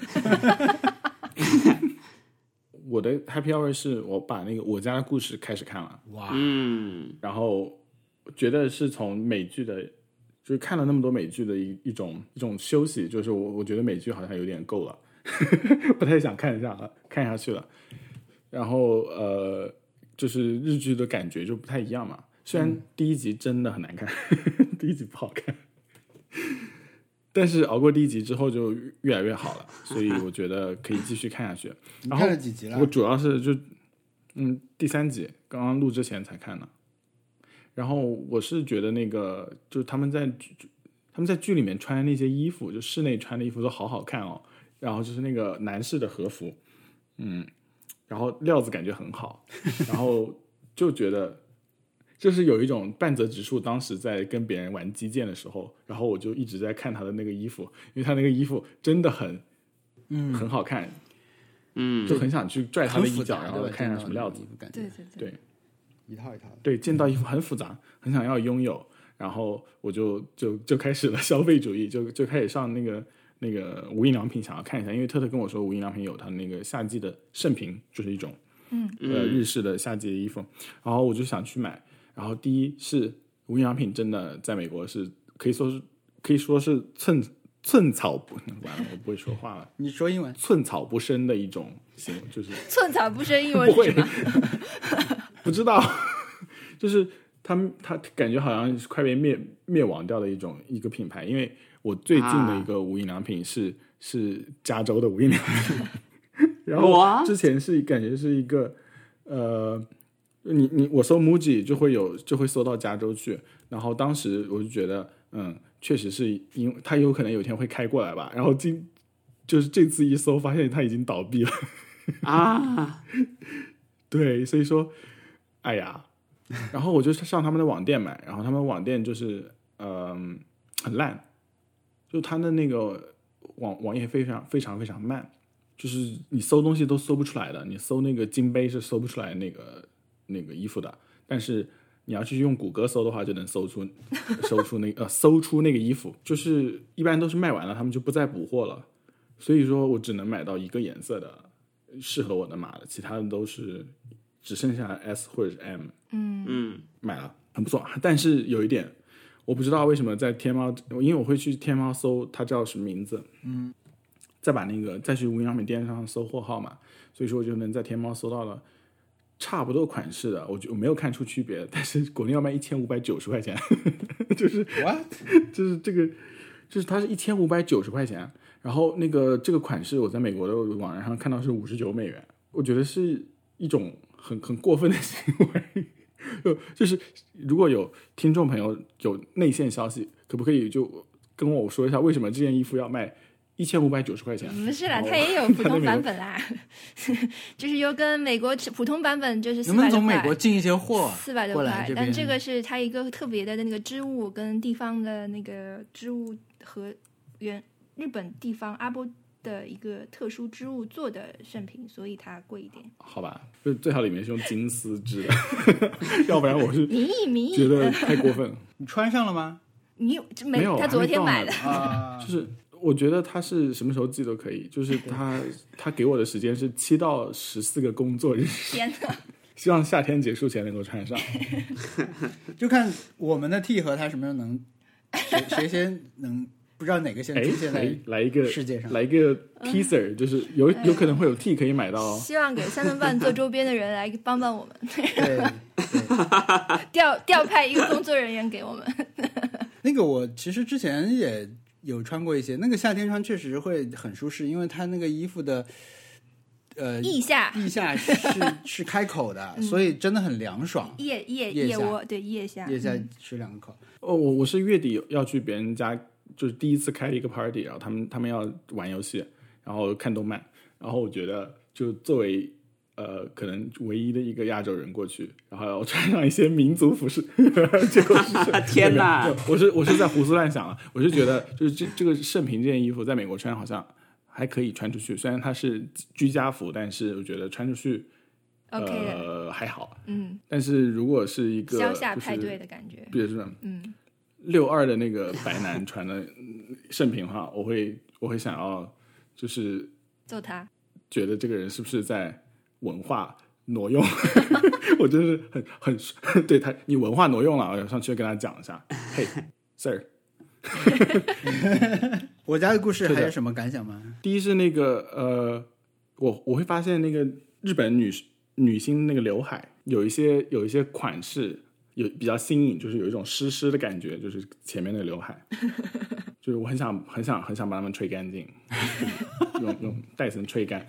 我的 Happy Hour 是我把那个我家的故事开始看了， 哇， 然后觉得是从美剧的，就是看了那么多美剧的一种休息，就是我觉得美剧好像有点够了， 不太想看下去了。然后就是日剧的感觉就不太一样嘛。虽然第一集真的很难看，第一集不好看，但是熬过第一集之后就越来越好了，所以我觉得可以继续看下去。 你看了几集了？ 我主要是就第3集刚刚录之前才看的。然后我是觉得那个就是他们在剧里面穿的那些衣服，就室内穿的衣服都好好看哦。然后就是那个男士的和服，然后料子感觉很好，然后就觉得就是有一种半泽直树当时在跟别人玩击剑的时候，然后我就一直在看他的那个衣服，因为他那个衣服真的很好看，就很想去拽他的衣角，然后看一下什么料子。对， 一套一套的。 对，剑道衣服很复杂，很想要拥有，然后我就开始了消费主义，就开始上那个无印良品想要看一下，因为特跟我说无印良品有他那个夏季的盛平，就是一种日式的夏季的衣服，然后我就想去买。然后第一是无印良品真的在美国是可以说是寸草不完了，我不会说话了。 你说英文， 寸草不生的一种行为，就是寸草不生英文是什么？ 不知道，就是他感觉好像是快被灭亡掉的一个品牌，因为我最近的一个无印良品是加州的无印良品，然后之前是感觉是一个我搜 MUJI 就会搜到加州去，然后当时我就觉得确实是因为它有可能有一天会开过来吧，然后就是这次一搜发现它已经倒闭了啊， 对，所以说哎呀，然后我就上他们的网店买，然后他们网店就是很烂，就他的那个网页非常非常非常慢，就是你搜东西都搜不出来的，你搜那个金杯是搜不出来那个衣服的，但是你要去用谷歌搜的话，就能搜出那个衣服，就是一般都是卖完了，他们就不再补货了，所以说我只能买到一个颜色的适合我的码的，其他的都是只剩下 S 或者是 M。买了很不错，但是有一点我不知道为什么在天猫，因为我会去天猫搜它叫什么名字，再去无印良品店上搜货号嘛，所以说我就能在天猫搜到了差不多款式的，我没有看出区别，但是国内要卖1590块钱，就是就是这个，就是它是1590块钱，然后这个款式我在美国的网站上看到是$59，我觉得是一种很过分的行为。就是如果有听众朋友有内线消息，可不可以就跟我说一下为什么这件衣服要卖1590块钱？ 不是啦，它也有普通版本啦，就是有跟美国普通版本就是400多块， 能不能从美国进一些货 400多块？但这个是它一个特别的那个织物跟地方的那个织物和日本地方阿波的一个特殊织物做的圣品，所以它贵一点。 好吧，就最好里面是用金丝织的，要不然我是觉得太过分了。 你穿上了吗？ 没有，他昨天买的。 就是我觉得他是什么时候寄都可以，就是他给我的时间是7到14个工作日。 天哪！ 希望夏天结束前能够穿上。 就看我们的 T 和他什么时候能谁先能。不知道哪个先出现在来一个世界上， 来一个 teaser，就是有可能会有 T 可以买到哦。 希望给3分半做周边的人来帮帮我们。 对， 调派一个工作人员给我们。 那个我其实之前也有穿过一些，那个夏天穿确实会很舒适，因为它那个衣服的腋下是开口的，所以真的很凉爽。 腋窝对腋下是2个口。 我是月底要去别人家。就是第一次开一个 party， 然后他们要玩游戏，然后看动漫，然后我觉得就作为可能唯一的一个亚洲人过去，然后要穿上一些民族服饰，结果是天哪！ 我是在胡思乱想了，我是觉得就是这个圣平这件衣服在美国穿好像还可以穿出去，虽然它是居家服，但是我觉得穿出去还好，但是如果是一个乡下派对的感觉， 比如说62的那个白男穿的圣平的话，我会想要就是揍他，觉得这个人是不是在文化挪用？我就是很对他，你文化挪用了，我要上去跟他讲一下，嘿 ，Sir， 我家的故事还有什么感想吗？ 第一是那个我会发现那个日本女星那个刘海有一些款式有比较新颖，就是有一种湿的感觉，就是前面的刘海，就是我很想把它们吹干净，用戴森吹干。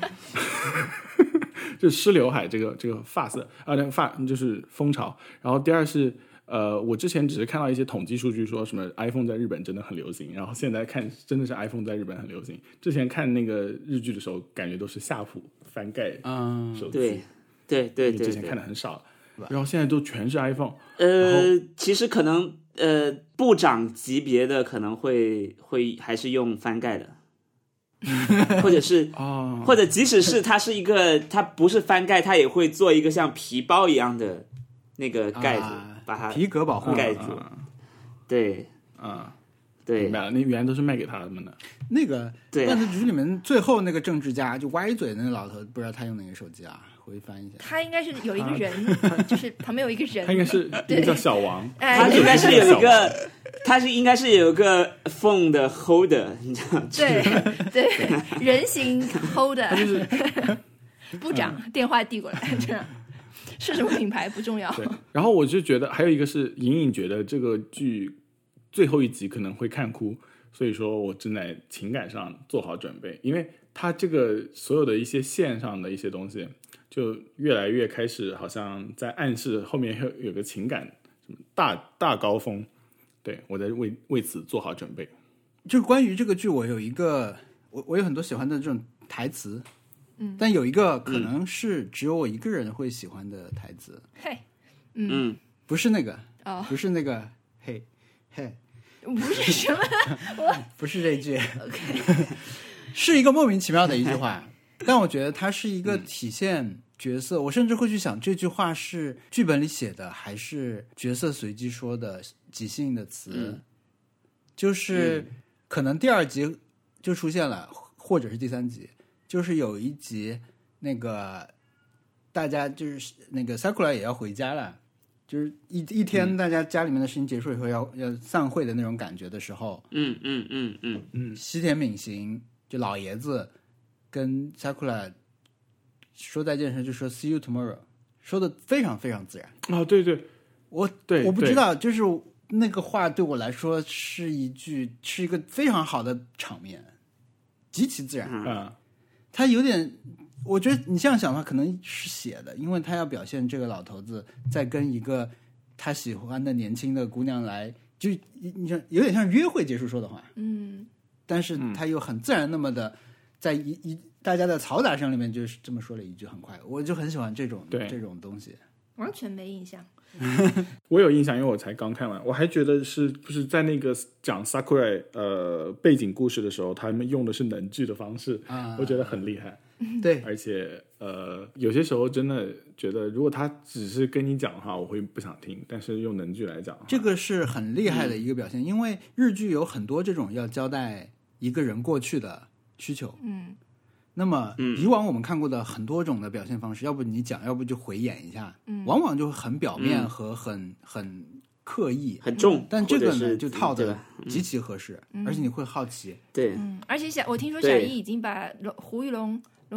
就湿刘海这个发色那个发就是风潮。然后第二是我之前只是看到一些统计数据说什么 iPhone 在日本真的很流行，然后现在看真的是 iPhone 在日本很流行。之前看那个日剧的时候感觉都是夏普翻盖手机， 对， 之前看的很少，然后现在都全是 iPhone。 其实可能部长级别的可能会还是用翻盖的。或者是或者即使是它是一个，它不是翻盖，它也会做一个像皮包一样的那个盖子，把它皮革保护盖住。对，对， 明白了，那原来都是卖给他们的。 那个对， 但是局里面最后那个政治家就歪嘴的那个老头，不知道他用哪个手机啊？回去翻一下。 他应该是有一个人，就是旁边有一个人。 他应该是一个叫小王， 他应该是有一个。它应该是有一个 phone 的 holder， 你知道吗？ 对，人形 holder， 部长电话递过来，这样是什么品牌不重要。 对，然后我就觉得还有一个是隐隐觉得这个剧最后一集可能会看哭，所以说我正在情感上做好准备，因为它这个所有的一些线上的一些东西，就越来越开始好像在暗示后面有个情感什么大高峰。对，我在为此做好准备。 就是关于这个剧，我有一个我有很多喜欢的这种台词，但有一个可能是只有我一个人会喜欢的台词。 嘿， 不是那个，不是那个，嘿， 不是什么， 不是这句，是一个莫名其妙的一句话，但我觉得它是一个体现角色，我甚至会去想这句话是剧本里写的还是角色随机说的即兴的词，就是可能第二集就出现了，或者是第三集，就是有一集那个大家就是那个 Sakura 也要回家了，就是一天大家家里面的事情结束以后要散会的那种感觉的时候，西田敏行就老爷子跟 Sakura 说再见的时候就说 See you tomorrow， 说的非常非常自然。 对，我不知道，就是那个话对我来说是一个非常好的场面，极其自然。他有点，我觉得你这样想的话可能是写的，因为他要表现这个老头子在跟一个他喜欢的年轻的姑娘来，就你像有点像约会结束说的话，但是他又很自然那么的在大家的嘈杂声里面就是这么说了一句，很快，我就很喜欢这种东西。 完全没印象。 我有印象，因为我才刚看完，我还觉得是不是在那个讲 Sakura 背景故事的时候，他们用的是能剧的方式，我觉得很厉害。 对， 而且有些时候真的觉得，如果他只是跟你讲的话，我会不想听。但是用能剧来讲， 这个是很厉害的一个表现，因为日剧有很多这种要交代一个人过去的需求。那么以往我们看过的很多种的表现方式，要不你讲，要不就回演一下，往往就很表面和很刻意、 很重。 但这个呢，就套的极其合适，而且你会好奇。 对， 而且我听说小一已经把胡玉龙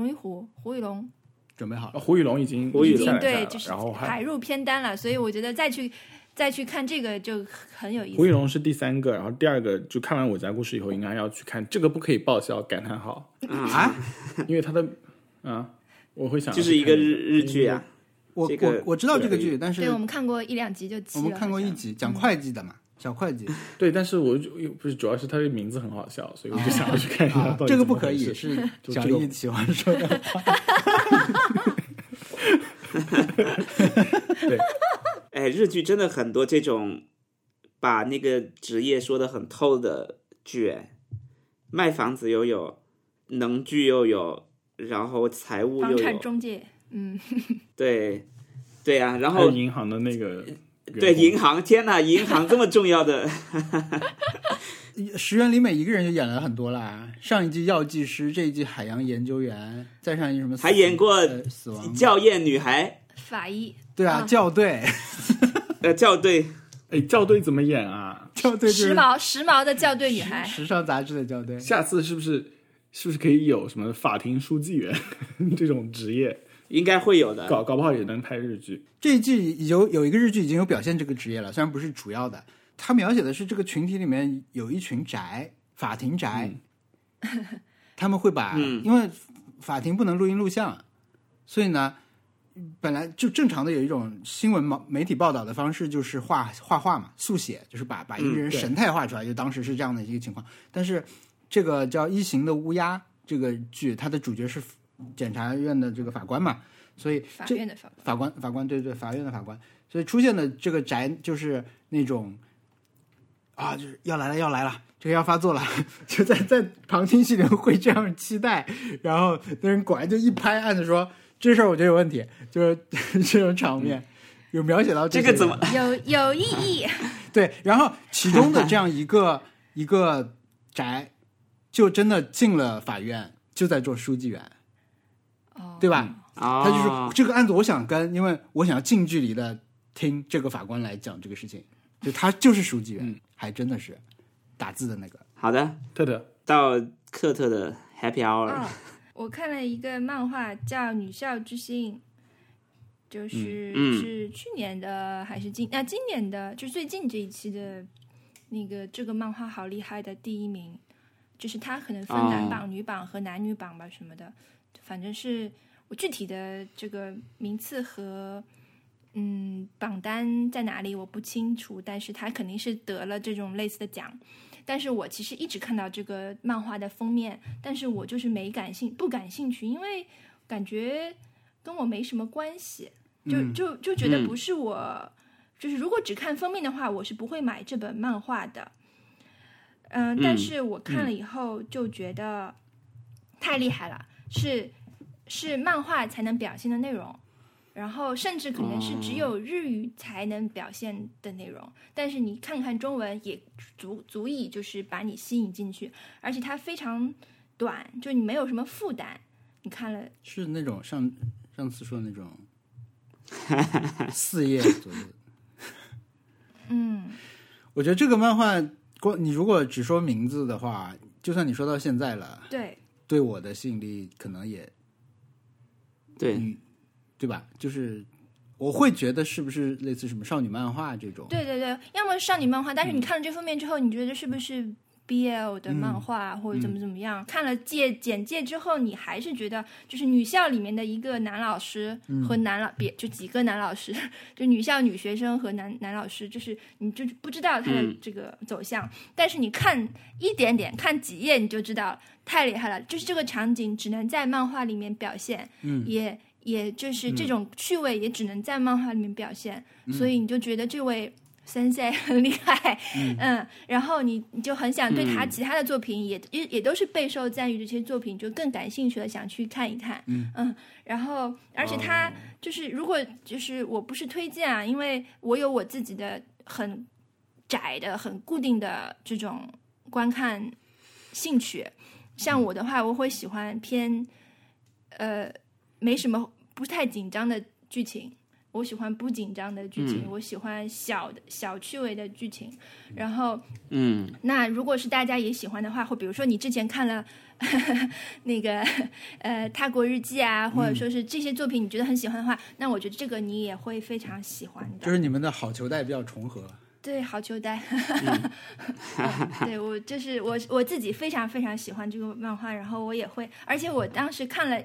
准备好了， 胡宇龙已经对，就是海入片单了，所以我觉得再去看这个就很有意思。 胡宇龙是第3个，然后第2个就看完我家故事以后，应该要去看这个不可以报销感叹号因为他的我会想就是一个日剧啊。 我知道这个剧，但是对我们看过1-2集就齐了。 我们看过1集讲会计的嘛，小会计。 对，但是我不是主要是他的名字很好笑，所以我就想要去看一下。 这个不可以是小一喜欢说的话。 对，日剧真的很多这种把那个职业说得很透的剧，卖房子又有，能剧又有，然后财务又有， 房产中介， 对啊，然后还有银行的那个， 对银行，天哪，银行这么重要的。 石原里美一个人就演了很多啦，上一季药剂师，这一季海洋研究员，再上一季什么还演过死亡校验女孩， 法医， 对啊，校对， 校对， 校对怎么演啊？ 校对就是时髦的校对女孩， 时尚杂志的校对。 下次是不是可以有什么法庭书记员这种职业？ 应该会有的， 搞不好也能拍日剧。 这一季有一个日剧已经有表现这个职业了，虽然不是主要的，它描写的是这个群体里面有一群宅，法庭宅，他们会把，因为法庭不能录音录像，所以呢，本来就正常的有一种新闻媒体报道的方式就是画画嘛，速写，就是把一个人神态画出来，就当时是这样的一个情况。但是这个叫《一行的乌鸦》这个剧，它的主角是检察院的这个法官嘛，所以法院的法官对，法院的法官，所以出现的这个宅就是那种啊，就是要来了，这个要发作了，就在旁听席里会这样期待，然后那人果然就一拍案子说这事儿我觉得有问题，就是这种场面有描写到这个怎么有意义？ 对，然后其中的这样一个宅就真的进了法院，就在做书记员。对吧？他就说这个案子我想跟，因为我想要近距离的听这个法官来讲这个事情，就他就是书记员，还真的是打字的那个。 好的， 特特到克特的 Happy Hour。 我看了一个漫画叫《女校之星》，就是是去年的还是今年的，就最近这一期的那个这个漫画好厉害的第一名，就是它可能分男榜、女榜和男女榜吧什么的。反正是我具体的这个名次和榜单在哪里我不清楚，但是他肯定是得了这种类似的奖。但是我其实一直看到这个漫画的封面，但是我就是不感兴趣，因为感觉跟我没什么关系，就觉得不是我，就是如果只看封面的话，我是不会买这本漫画的。但是我看了以后就觉得太厉害了。是漫画才能表现的内容，然后甚至可能是只有日语才能表现的内容，但是你看看中文也足以就是把你吸引进去，而且它非常短，就你没有什么负担，你看了是那种上次说的那种4页左右。我觉得这个漫画你如果只说名字的话，就算你说到现在了，对我的吸引力可能也对吧？就是我会觉得是不是类似什么少女漫画这种？ 对，要么少女漫画，但是你看了这封面之后，你觉得是不是 BL 的漫画或者怎么样？看了简介之后，你还是觉得就是女校里面的一个男老师和就几个男老师，就女校女学生和男老师，就是你就不知道他的这个走向，但是你看一点点，看几页你就知道太厉害了。就是这个场景只能在漫画里面表现，也就是这种趣味也只能在漫画里面表现，所以你就觉得这位森塞很厉害，然后你就很想对他其他的作品也都是备受赞誉，这些作品就更感兴趣了，想去看一看，然后而且他就是如果就是我不是推荐啊，因为我有我自己的很窄的很固定的这种观看兴趣，像我的话我会喜欢偏没什么不太紧张的剧情，我喜欢不紧张的剧情，我喜欢小趣味的剧情。然后，那如果是大家也喜欢的话，或比如说你之前看了那个他国日记啊，或者说是这些作品你觉得很喜欢的话，那我觉得这个你也会非常喜欢的。 就是你们的好球带比较重合。 对，好球带。对，我就是我自己非常非常喜欢这个漫画，然后我也会，而且我当时看了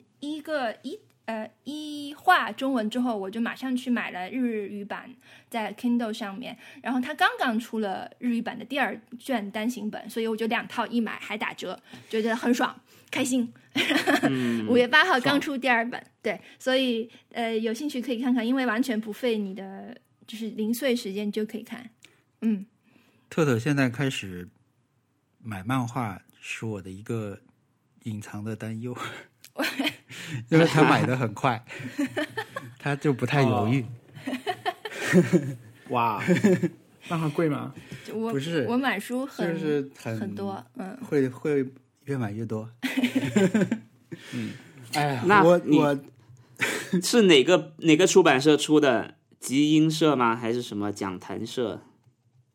一话中文之后，我就马上去买了日语版，在 Kindle 上面，然后它刚刚出了日语版的第2卷单行本，所以我就2套一买，还打折，觉得很爽，开心。5月8号刚出第2本，对，所以有兴趣可以看看，因为完全不费你的就是零碎时间就可以看。 特特现在开始买漫画是我的一个隐藏的担忧。因为他买的很快，他就不太犹豫。 哇，漫画贵吗？ 不是， 我买书就是很多， 会越买越多。哎呀， 那我是哪个出版社出的？集英社吗？还是什么讲谈社？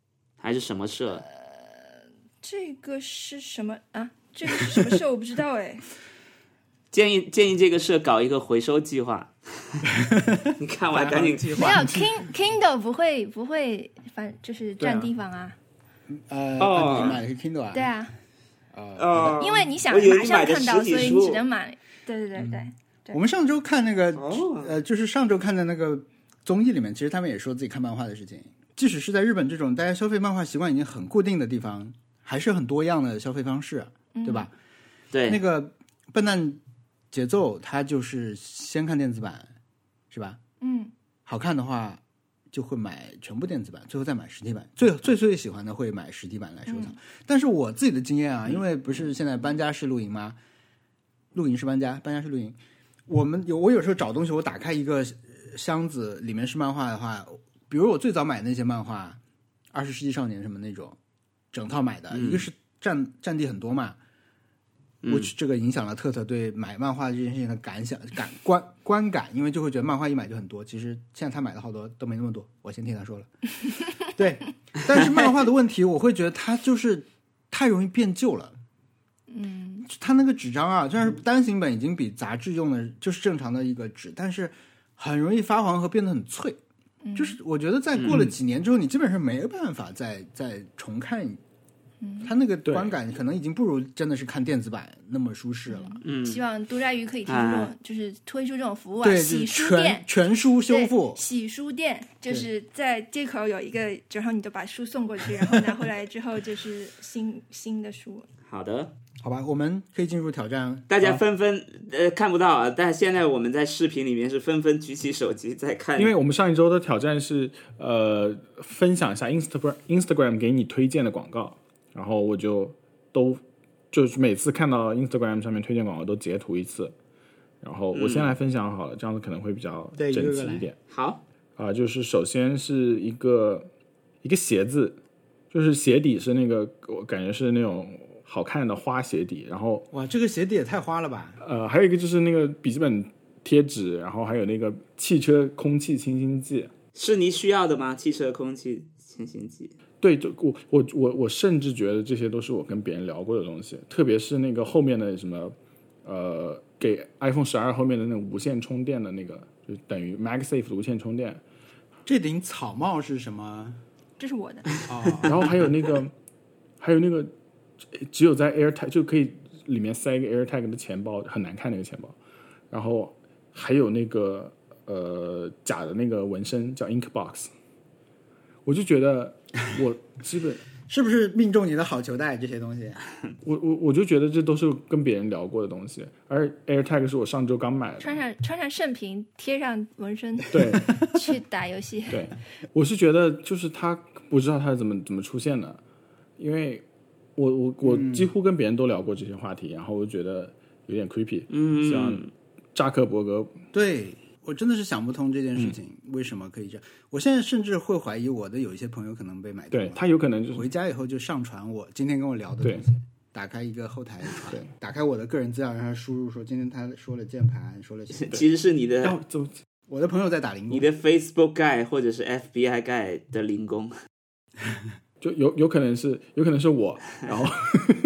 还是什么社？ 这个是什么啊？这个是什么社？我不知道哎。 建议这个社搞一个回收计划。你看完赶紧计划。 没有 Kindle 不会就是占地方啊。 你买的是 Kindle 啊？ 对啊。 哦， 因为你想马上看到，所以你只能买。对。 我们上周看那个就是上周看的那个综艺里面，其实他们也说自己看漫画的事情。即使是在日本这种大家消费漫画习惯已经很固定的地方，还是很多样的消费方式，对吧？ 对， 那个笨蛋节奏，它就是先看电子版，是吧？好看的话就会买全部电子版，最后再买实体版。最喜欢的会买实体版来收藏。但是我自己的经验啊，因为不是现在搬家式露营吗？露营是搬家，搬家式露营。我有时候找东西，我打开一个箱子，里面是漫画的话，比如我最早买那些漫画，20世纪少年什么那种，整套买的，一个是占地很多嘛。我这个影响了特对买漫画这件事情的观感，因为就会觉得漫画一买就很多，其实现在他买的好多都没那么多，我先替他说了。对，但是漫画的问题，我会觉得它就是太容易变旧了。它那个纸张啊，虽然是单行本已经比杂志用的就是正常的一个纸，但是很容易发黄和变得很脆。就是我觉得在过了几年之后，你基本上没有办法再重看。它那个观感可能已经不如真的是看电子版那么舒适了。 希望杜拉鱼可以提出这种，就是推出这种服务啊，洗书店、 全书修复、 洗书店，就是在街口有一个，然后你就把书送过去，然后拿回来之后就是新的书。 好的， 好吧，我们可以进入挑战。 大家纷纷看不到啊，但现在我们在视频里面是纷纷举起手机在看。 因为我们上一周的挑战是分享一下 Instagram 给你推荐的广告。然后我就是每次看到 Instagram 上面推荐广告都截图一次，然后我先来分享好了，这样子可能会比较整齐一点。 好就是首先是一个鞋子，就是鞋底是那个我感觉是那种好看的花鞋底，然后哇，这个鞋底也太花了吧！ 还有一个就是那个笔记本贴纸，然后还有那个汽车空气清新剂， 是你需要的吗？汽车空气清新剂。 对，我甚至觉得这些都是我跟别人聊过的东西，特别是那个后面的什么给 iPhone 12后面的那种无线充电的那个，就等于 MagSafe 的无线充电。 这顶草帽是什么？ 这是我的。 然后还有那个只有在 AirTag 就可以里面塞一个 AirTag 的钱包，很难看那个钱包。然后还有那个假的那个纹身叫 Inkbox， 我就觉得。我基本是不是命中你的好球带这些东西？ 我就觉得这都是跟别人聊过的东西，而 AirTag 是我上周刚买的， 穿上圣瓶，贴上纹身， 对， 去打游戏。 对，我是觉得就是他不知道他是怎么出现的，因为我几乎跟别人都聊过这些话题，然后我就觉得有点 creepy，像扎克伯格， 对。我真的是想不通这件事情，为什么可以这样？我现在甚至会怀疑我的有一些朋友可能被买断了。 对，他有可能就是回家以后就上传我今天跟我聊的东西，打开一个后台传，打开我的个人资料，让他输入说今天他说了键盘，说了其实是你的， 我的朋友在打零工， 你的 Facebook guy 或者是 FBI guy 的零工， 就有可能是我，然后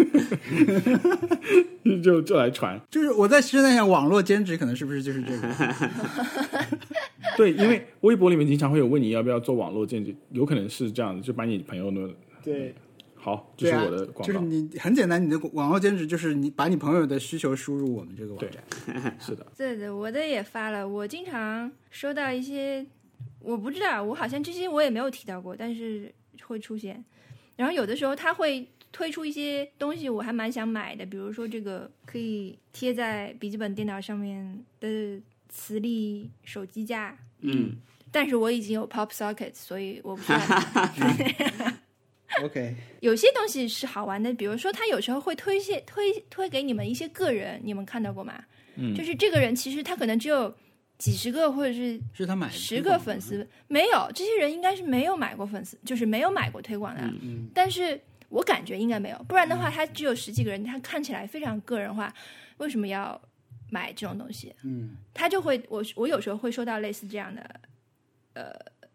就来传。 就是我在想网络兼职可能是不是就是这个？ 对，因为微博里面经常会有问你要不要做网络兼职，有可能是这样的，就把你朋友的对。 好，这是我的广告。 就是你很简单，你的网络兼职就是你把你朋友的需求输入我们这个网站。 是的。 对，我的也发了。我经常收到一些，我不知道，我好像这些我也没有提到过，但是会出现。然后有的时候他会推出一些东西，我还蛮想买的，比如说这个可以贴在笔记本电脑上面的磁力手机架。但是我已经有 Pop Socket， 所以我不知道。 OK， 有些东西是好玩的，比如说他有时候会推给你们一些个人，你们看到过吗？就是这个人其实他可能只有几十个或者是他买 10个粉丝，没有，这些人应该是没有买过粉丝，就是没有买过推广的。但是我感觉应该没有，不然的话他只有10几个人，他看起来非常个人化，为什么要买这种东西？他就会我有时候会收到类似这样的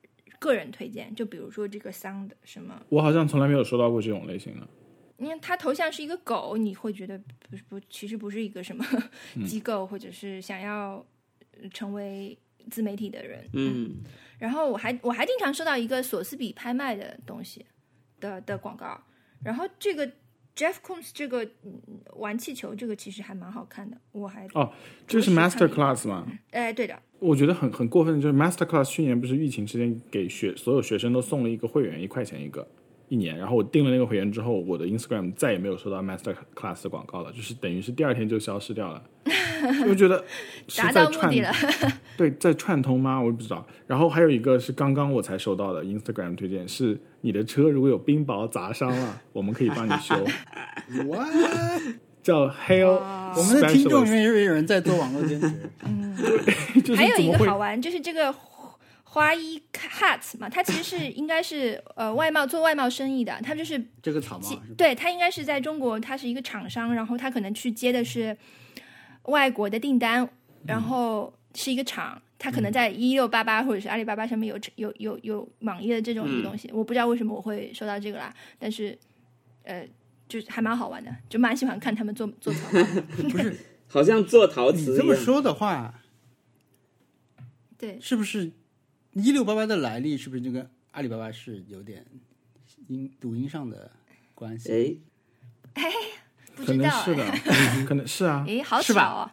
个人推荐，就比如说这个 Sound 什么， 我好像从来没有收到过这种类型的。 因为他头像是一个狗，你会觉得其实不是一个什么机构，或者是想要成为自媒体的人。然后我还经常收到一个索斯比拍卖的东西的广告，然后这个 Jeff Koons 这个玩气球这个其实还蛮好看的，我还这是 Master Class 吗？ 对的。 我觉得很过分的就是 Master Class 去年不是疫情期间给所有学生都送了一个会员，1块钱1年，然后我订了那个会员之后，我的 Instagram 再也没有收到 Master Class 的广告了，就是等于是第2天就消失掉了。我觉得是达到目的了。 对，在串通吗？我也不知道。然后还有一个是刚刚我才收到的 Instagram 推荐，是你的车如果有冰雹砸伤了，我们可以帮你修。 What？ 叫 Hail， 我们的听众里面是不是有人在做网络兼职？ 就是还有一个好玩，就是这个花衣 hat 嘛，它其实是应该是做外贸生意的，它就是这个草帽， 对，它应该是在中国，它是一个厂商，然后它可能去接的是外国的订单，然后是一个厂，它可能在1688或者是阿里巴巴上面有网页的这种一个东西，我不知道为什么我会收到这个啦，但是就是还蛮好玩的，就蛮喜欢看他们做草帽。 不是， 好像做陶瓷一样。 你这么说的话， 对， 是不是1688的来历是不是就跟阿里巴巴是有点读音上的关系？ 不知道， 可能是的，可能是啊。 好巧哦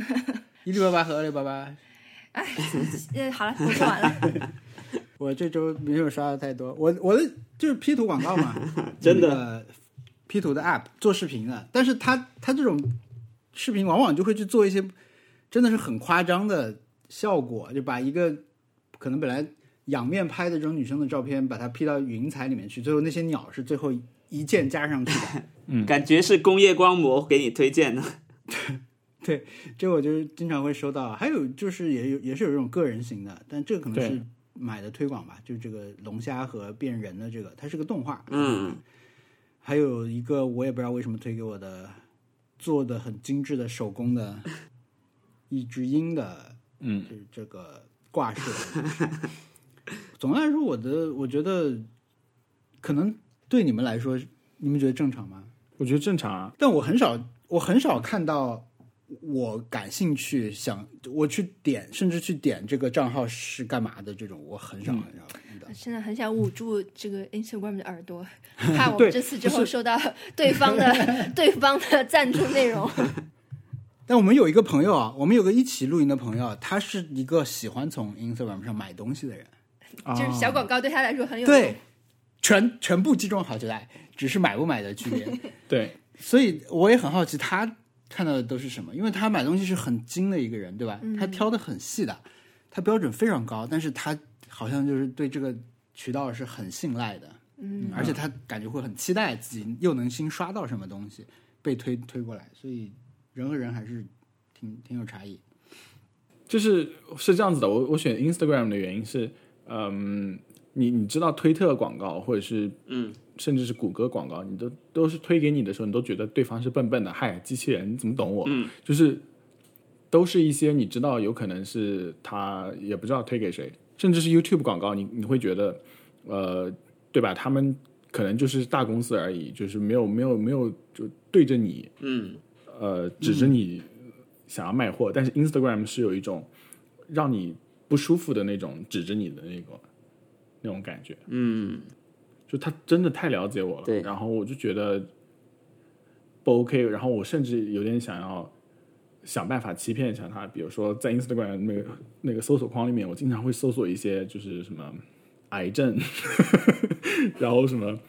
！1688和268， 好了，我说完了。 我这周没有刷的太多，我的就是 P 图广告嘛， 真的。 P 图的 App 做视频的，但是他这种视频往往就会去做一些真的是很夸张的效果，就把一个可能本来仰面拍的这种女生的照片，把它 P 到云彩里面去，最后那些鸟是最后一键加上去的。 感觉是工业光魔给你推荐的。 对，这我就经常会收到。还有就是也是有这种个人型的，但这个可能是买的推广吧，就这个龙虾和变人的这个，它是个动画。还有一个我也不知道为什么推给我的，做的很精致的手工的一只鹰的，就是这个挂饰。总的来说，我觉得可能对你们来说，你们觉得正常吗？ 我觉得正常啊， 但我很少看到我感兴趣我去点，甚至去点这个账号是干嘛的这种，我很少遇到。 现在很想捂住这个 Instagram 的耳朵，怕我们这次之后收到对方的赞助内容。 但我们有一个朋友啊，我们有个一起露营的朋友，他是一个喜欢从 Instagram 上买东西的人， 就是小广告对他来说很有用。 对，全部击中好就来，只是买不买的区别。 对， 所以我也很好奇他看到的都是什么，因为他买东西是很精的一个人，对吧？他挑的很细的，他标准非常高，但是他好像就是对这个渠道是很信赖的，而且他感觉会很期待自己又能新刷到什么东西被推过来，所以人和人还是挺有差异。 是这样子的，我选 Instagram 的原因是，你知道推特广告或者是甚至是谷歌广告，你都是推给你的时候，你都觉得对方是笨笨的，嗨，机器人你怎么懂我？就是都是一些你知道有可能是他也不知道推给谁，甚至是 YouTube 广告，你会觉得对吧？他们可能就是大公司而已，就是没有就对着你指着你想要卖货，但是 Instagram 是有一种让你不舒服的那种指着你的那种感觉，就他真的太了解我了，然后我就觉得不 OK， 然后我甚至有点想办法欺骗一下他，比如说在 Instagram 那个搜索框里面，我经常会搜索一些就是什么癌症，然后什么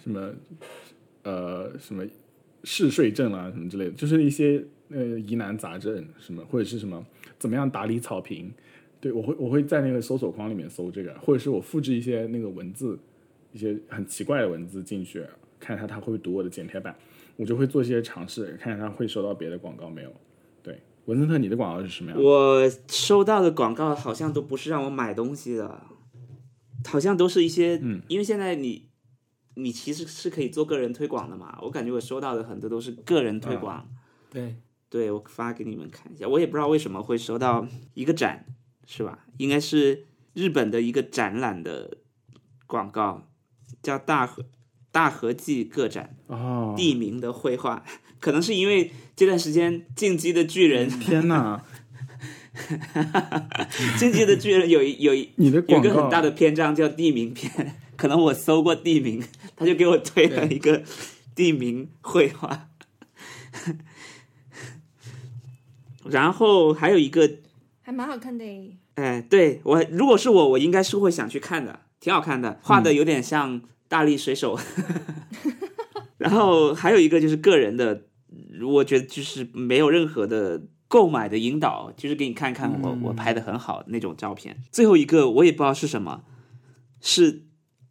嗜睡症啊什么之类的，就是一些疑难杂症什么，或者是什么怎么样打理草坪，对，我会在那个搜索框里面搜这个，或者是我复制一些那个文字，一些很奇怪的文字进去，看他会不会读我的剪贴板，我就会做一些尝试，看他会收到别的广告没有。对，文森特，你的广告是什么样的？ 我收到的广告好像都不是让我买东西的，好像都是一些，因为现在你其实是可以做个人推广的嘛，我感觉我收到的很多都是个人推广。对，我发给你们看一下，我也不知道为什么会收到一个展，是吧？应该是日本的一个展览的广告，叫大和记个展，地名的绘画，可能是因为这段时间进击的巨人， 天哪！ 进击的巨人有一个很大的篇章叫地名篇，可能我搜过地名，他就给我推了一个地名绘画。然后还有一个还蛮好看的诶。 对，如果是我应该是会想去看的，挺好看的，画的有点像大力水手。然后还有一个就是个人的，我觉得就是没有任何的购买的引导，就是给你看看我拍的很好那种照片。最后一个我也不知道是什么，是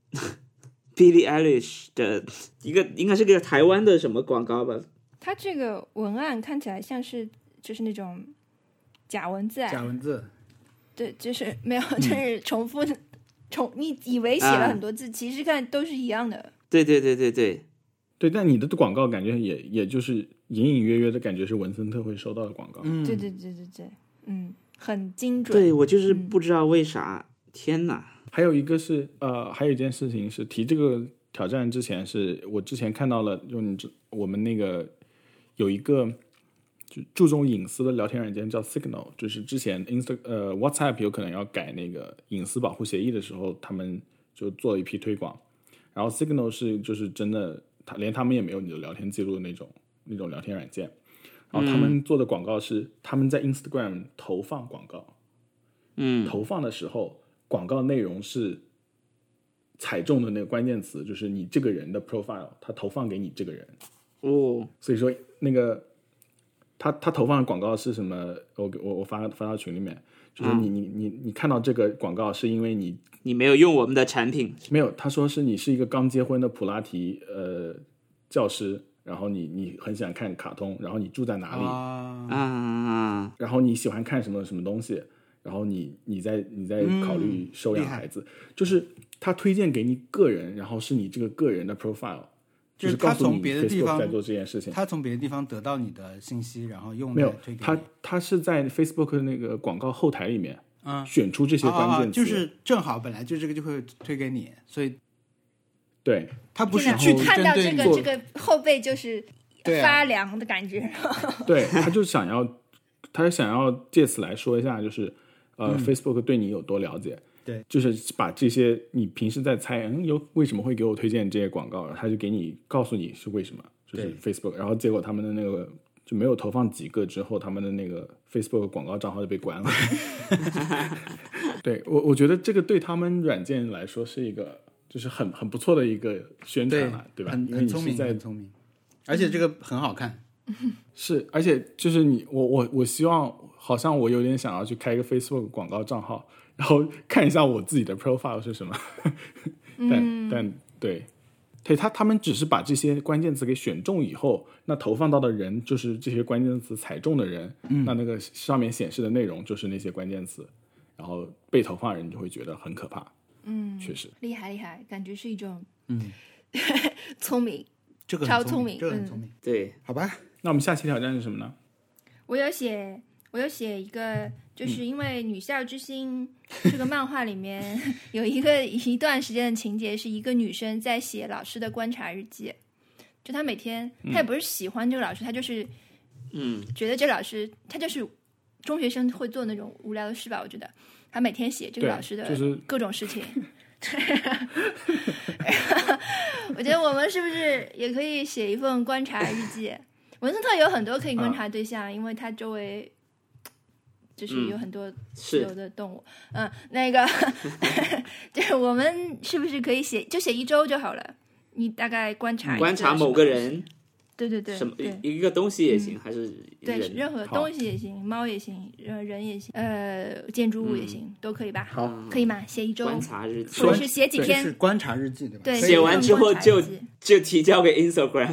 Billie Eilish 的一个，应该是个台湾的什么广告吧。 它这个文案看起来像是就是那种假文字假文字， 对，就是没有，就是重复你以为写了很多字，其实看都是一样的。 对， 但你的广告感觉也就是隐隐约约的感觉是文森特会收到的广告。 对，很精准。 对，我就是不知道为啥，天哪！ 还有一个是还有一件事情是提这个挑战之前，是我之前看到了，就我们那个有一个就注重隐私的聊天软件叫 Signal， 就是之前WhatsApp 有可能要改那个隐私保护协议的时候，他们就做了一批推广。然后 Signal 是就是真的，连他们也没有你的聊天记录的那种聊天软件。然后他们做的广告是他们在 Instagram 投放广告，投放的时候广告内容是踩中的那个关键词，就是你这个人的 profile， 他投放给你这个人。所以说那个他投放的广告是什么？我发到群里面，就是你看到这个广告是因为你没有用我们的产品， 没有，他说是你是一个刚结婚的普拉提教师，然后你很喜欢看卡通，然后你住在哪里然后你喜欢看什么什么东西，然后你在考虑收养孩子，就是他推荐给你个人，然后是你这个个人的 profile。 就是他从别的地方在做这件事情， 他从别的地方得到你的信息，然后用没有推给他是在 Facebook 的那个广告后台里面选出这些关键词， 就是正好本来就这个就会推给你，所以对他不是去看到这个后背就是发凉的感觉。 对，他就想要借此来说一下，就是Facebook 对你有多了解。 对， 就是把这些你平时在猜为什么会给我推荐这些广告，他就告诉你是为什么，就是 Facebook， 然后结果他们的那个就没有投放几个之后，他们的那个 Facebook 广告账号就被关了。对，我觉得这个对他们软件来说是一个就是很不错的一个宣传了，对吧？ 很聪明，很聪明，而且这个很好看。 是，而且就是我希望，好像我有点想要去开一个 Facebook 广告账号，然后看一下我自己的 profile 是什么。但对，他们只是把这些关键词给选中以后，那投放到的人就是这些关键词踩中的人，那个上面显示的内容就是那些关键词，然后被投放人就会觉得很可怕。确实厉害，感觉是一种聪明， 这个超聪明， 这个很聪明。 对， 好吧。 那我们下期挑战是什么呢？ 我有写一个，就是因为《女校之星》这个漫画里面有一段时间的情节，是一个女生在写老师的观察日记。就她每天，她也不是喜欢这个老师，她就是觉得这老师，她就是中学生会做那种无聊的事吧。我觉得她每天写这个老师的各种事情。我觉得我们是不是也可以写一份观察日记？文森特有很多可以观察对象，因为他周围就是有很多自由的动物。那个就是我们是不是可以写1周就好了？你大概观察某个人， 对， 什么一个东西也行，还是对任何东西也行，猫也行，人也行，建筑物也行，都可以吧？ 好， 可以吗？写1周观察日记， 或者是写几天？ 是观察日记对吧？ 对， 写完之后就提交给 Instagram。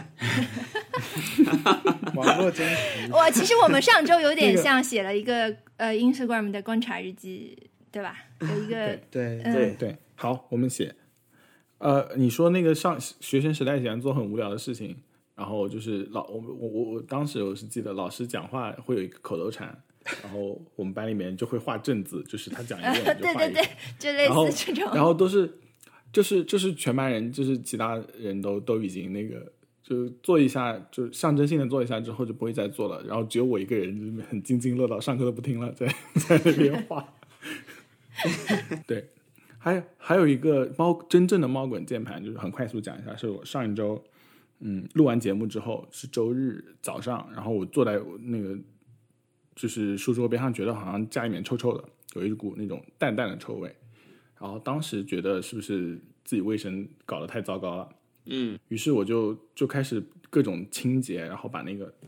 网络坚持。 其实我们上周有点像写了一个Instagram 的观察日记，对吧？有一个对，好，我们写。你说那个上学生时代喜欢做很无聊的事情，然后就是我当时我是记得老师讲话会有一个口头禅，然后我们班里面就会画正字，就是他讲一个我们就画一个， 对，就类似这种， 然后都是就是全班人，就是其他人都已经那个，就做一下，就象征性的做一下之后就不会再做了，然后只有我一个人很津津乐道，上课都不听了，在那边画。对，还有一个真正的猫滚键盘，就是很快速讲一下，是我上一周录完节目之后是周日早上，然后我坐在那个就是书桌边上，觉得好像家里面臭臭的，有一股那种淡淡的臭味，然后当时觉得是不是自己卫生搞得太糟糕了，于是我就开始各种清洁，然后把那个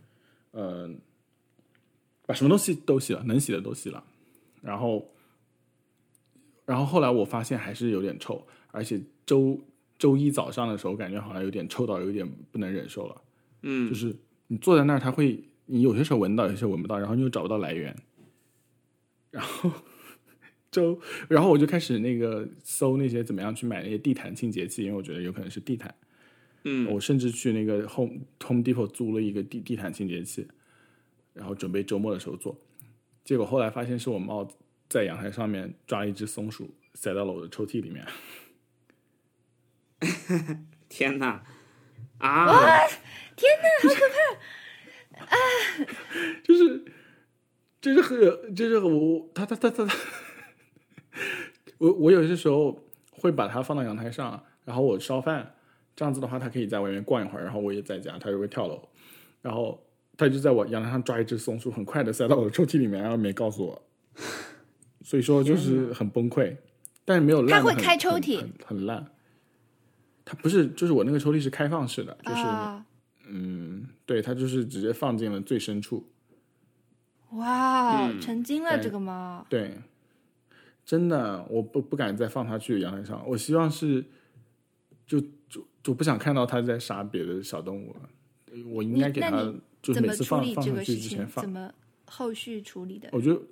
把什么东西都洗了，能洗的都洗了，然后后来我发现还是有点臭，而且周一早上的时候感觉好像有点臭到有点不能忍受了，就是你坐在那儿，你有些时候闻到，有些时候闻不到，然后你又找不到来源，然后我就开始那个搜那些怎么样去买那些地毯清洁剂，因为我觉得有可能是地毯，我甚至去那个 Home Depot 租了一个地毯清洁器，然后准备周末的时候做，结果后来发现是我猫在阳台上面抓了一只松鼠塞到了我的抽屉里面。 天哪！ 天哪，好可怕！ 就是我有些时候会把它放到阳台上，然后我烧饭，这样子的话它可以在外面逛一会儿，然后我也在家，它就会跳楼，然后它就在我阳台上抓一只松鼠，很快的塞到我的抽屉里面，然后没告诉我，所以说就是很崩溃，但是没有烂， 它会开抽屉， 很烂。它不是，就是我那个抽屉是开放式的，就是对，它就是直接放进了最深处。 哇，成精了这个猫。 对，真的，我不敢再放它去阳台上。我希望是，就不想看到它在杀别的小动物了。我应该给它，就每次放上去之前放。 怎么后续处理的？ 我觉得，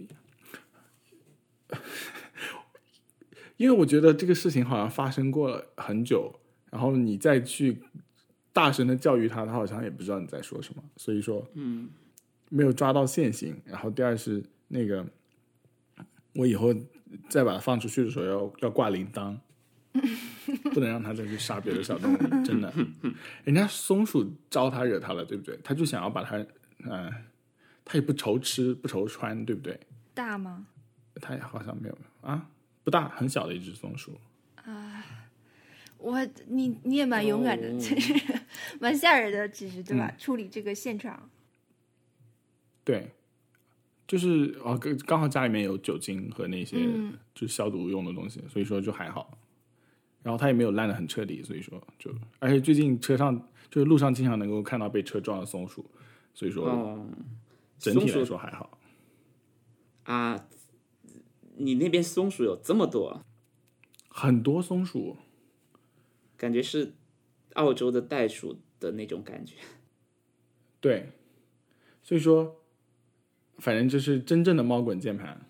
因为我觉得这个事情好像发生过了很久。然后你再去大声的教育他，他好像也不知道你在说什么，所以说没有抓到现行。然后第二是那个我以后再把它放出去的时候要挂铃铛，不能让它再去杀别的小动物，真的。人家松鼠招它惹它了，对不对？他就想要把它它也不愁吃不愁穿，对不对？ 大吗？ 它好像没有啊，不大，很小的一只松鼠啊。你也蛮勇敢的，蛮吓人的，其实对吧？处理这个现场， 对，就是刚好家里面有酒精和那些就是消毒用的东西，所以说就还好。然后它也没有烂得很彻底，所以说而且最近车上就是路上经常能够看到被车撞的松鼠，所以说整体来说还好。 啊，你那边松鼠有这么多？ 很多松鼠。 感觉是澳洲的袋鼠的那种感觉。 对，所以说反正就是真正的猫滚键盘。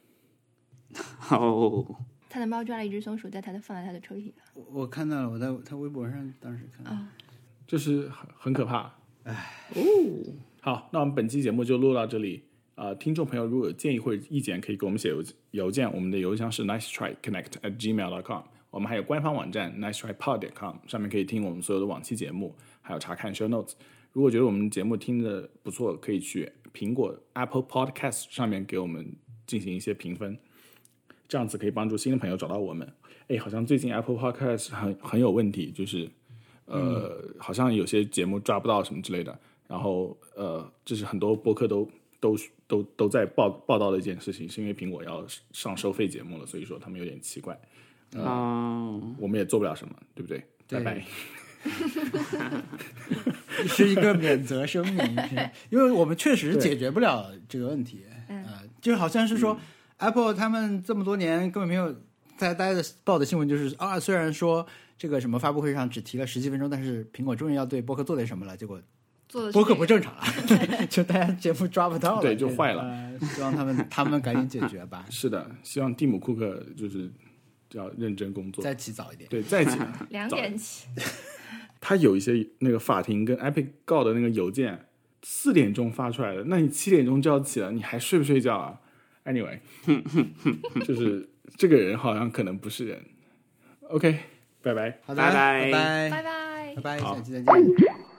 他的猫抓了一只松鼠放在他的抽屉了。 我看到了，我在他微博上当时看到就是很可怕。好，那我们本期节目就录到这里。听众朋友如果有建议或者意见，可以给我们写邮件，我们的邮箱是 niceTryConnect@gmail.com。我们还有官方网站 nicetrypod.com， 上面可以听我们所有的往期节目，还有查看 show notes。如果觉得我们节目听得不错，可以去苹果 Apple Podcast 上面给我们进行一些评分，这样子可以帮助新的朋友找到我们。好像最近 Apple Podcast 很有问题，就是好像有些节目抓不到什么之类的，然后这是很多播客都在报道的一件事情，是因为苹果要上收费节目了，所以说他们有点奇怪。我们也做不了什么，对不对？拜拜。 是一个免责声明，因为我们确实解决不了这个问题。就好像是说Apple 他们这么多年根本没有，大家的报的新闻就是虽然说这个什么发布会上只提了10几分钟，但是苹果终于要对播客做点什么了，结果播客不正常了，就大家节目抓不到了， 对，就坏了。 希望他们赶紧解决吧。 是的，希望蒂姆·库克就是要认真工作， 再起早一点。 对，再起 2点起。 他有一些那个法庭跟 Epic 告的那个邮件4点钟发出来的，那你7点钟就要起了，你还睡不睡觉啊 ？Anyway， 就是这个人好像可能不是人。OK， 拜拜。 好的， 拜拜拜拜， 拜拜， 拜拜，下期再见。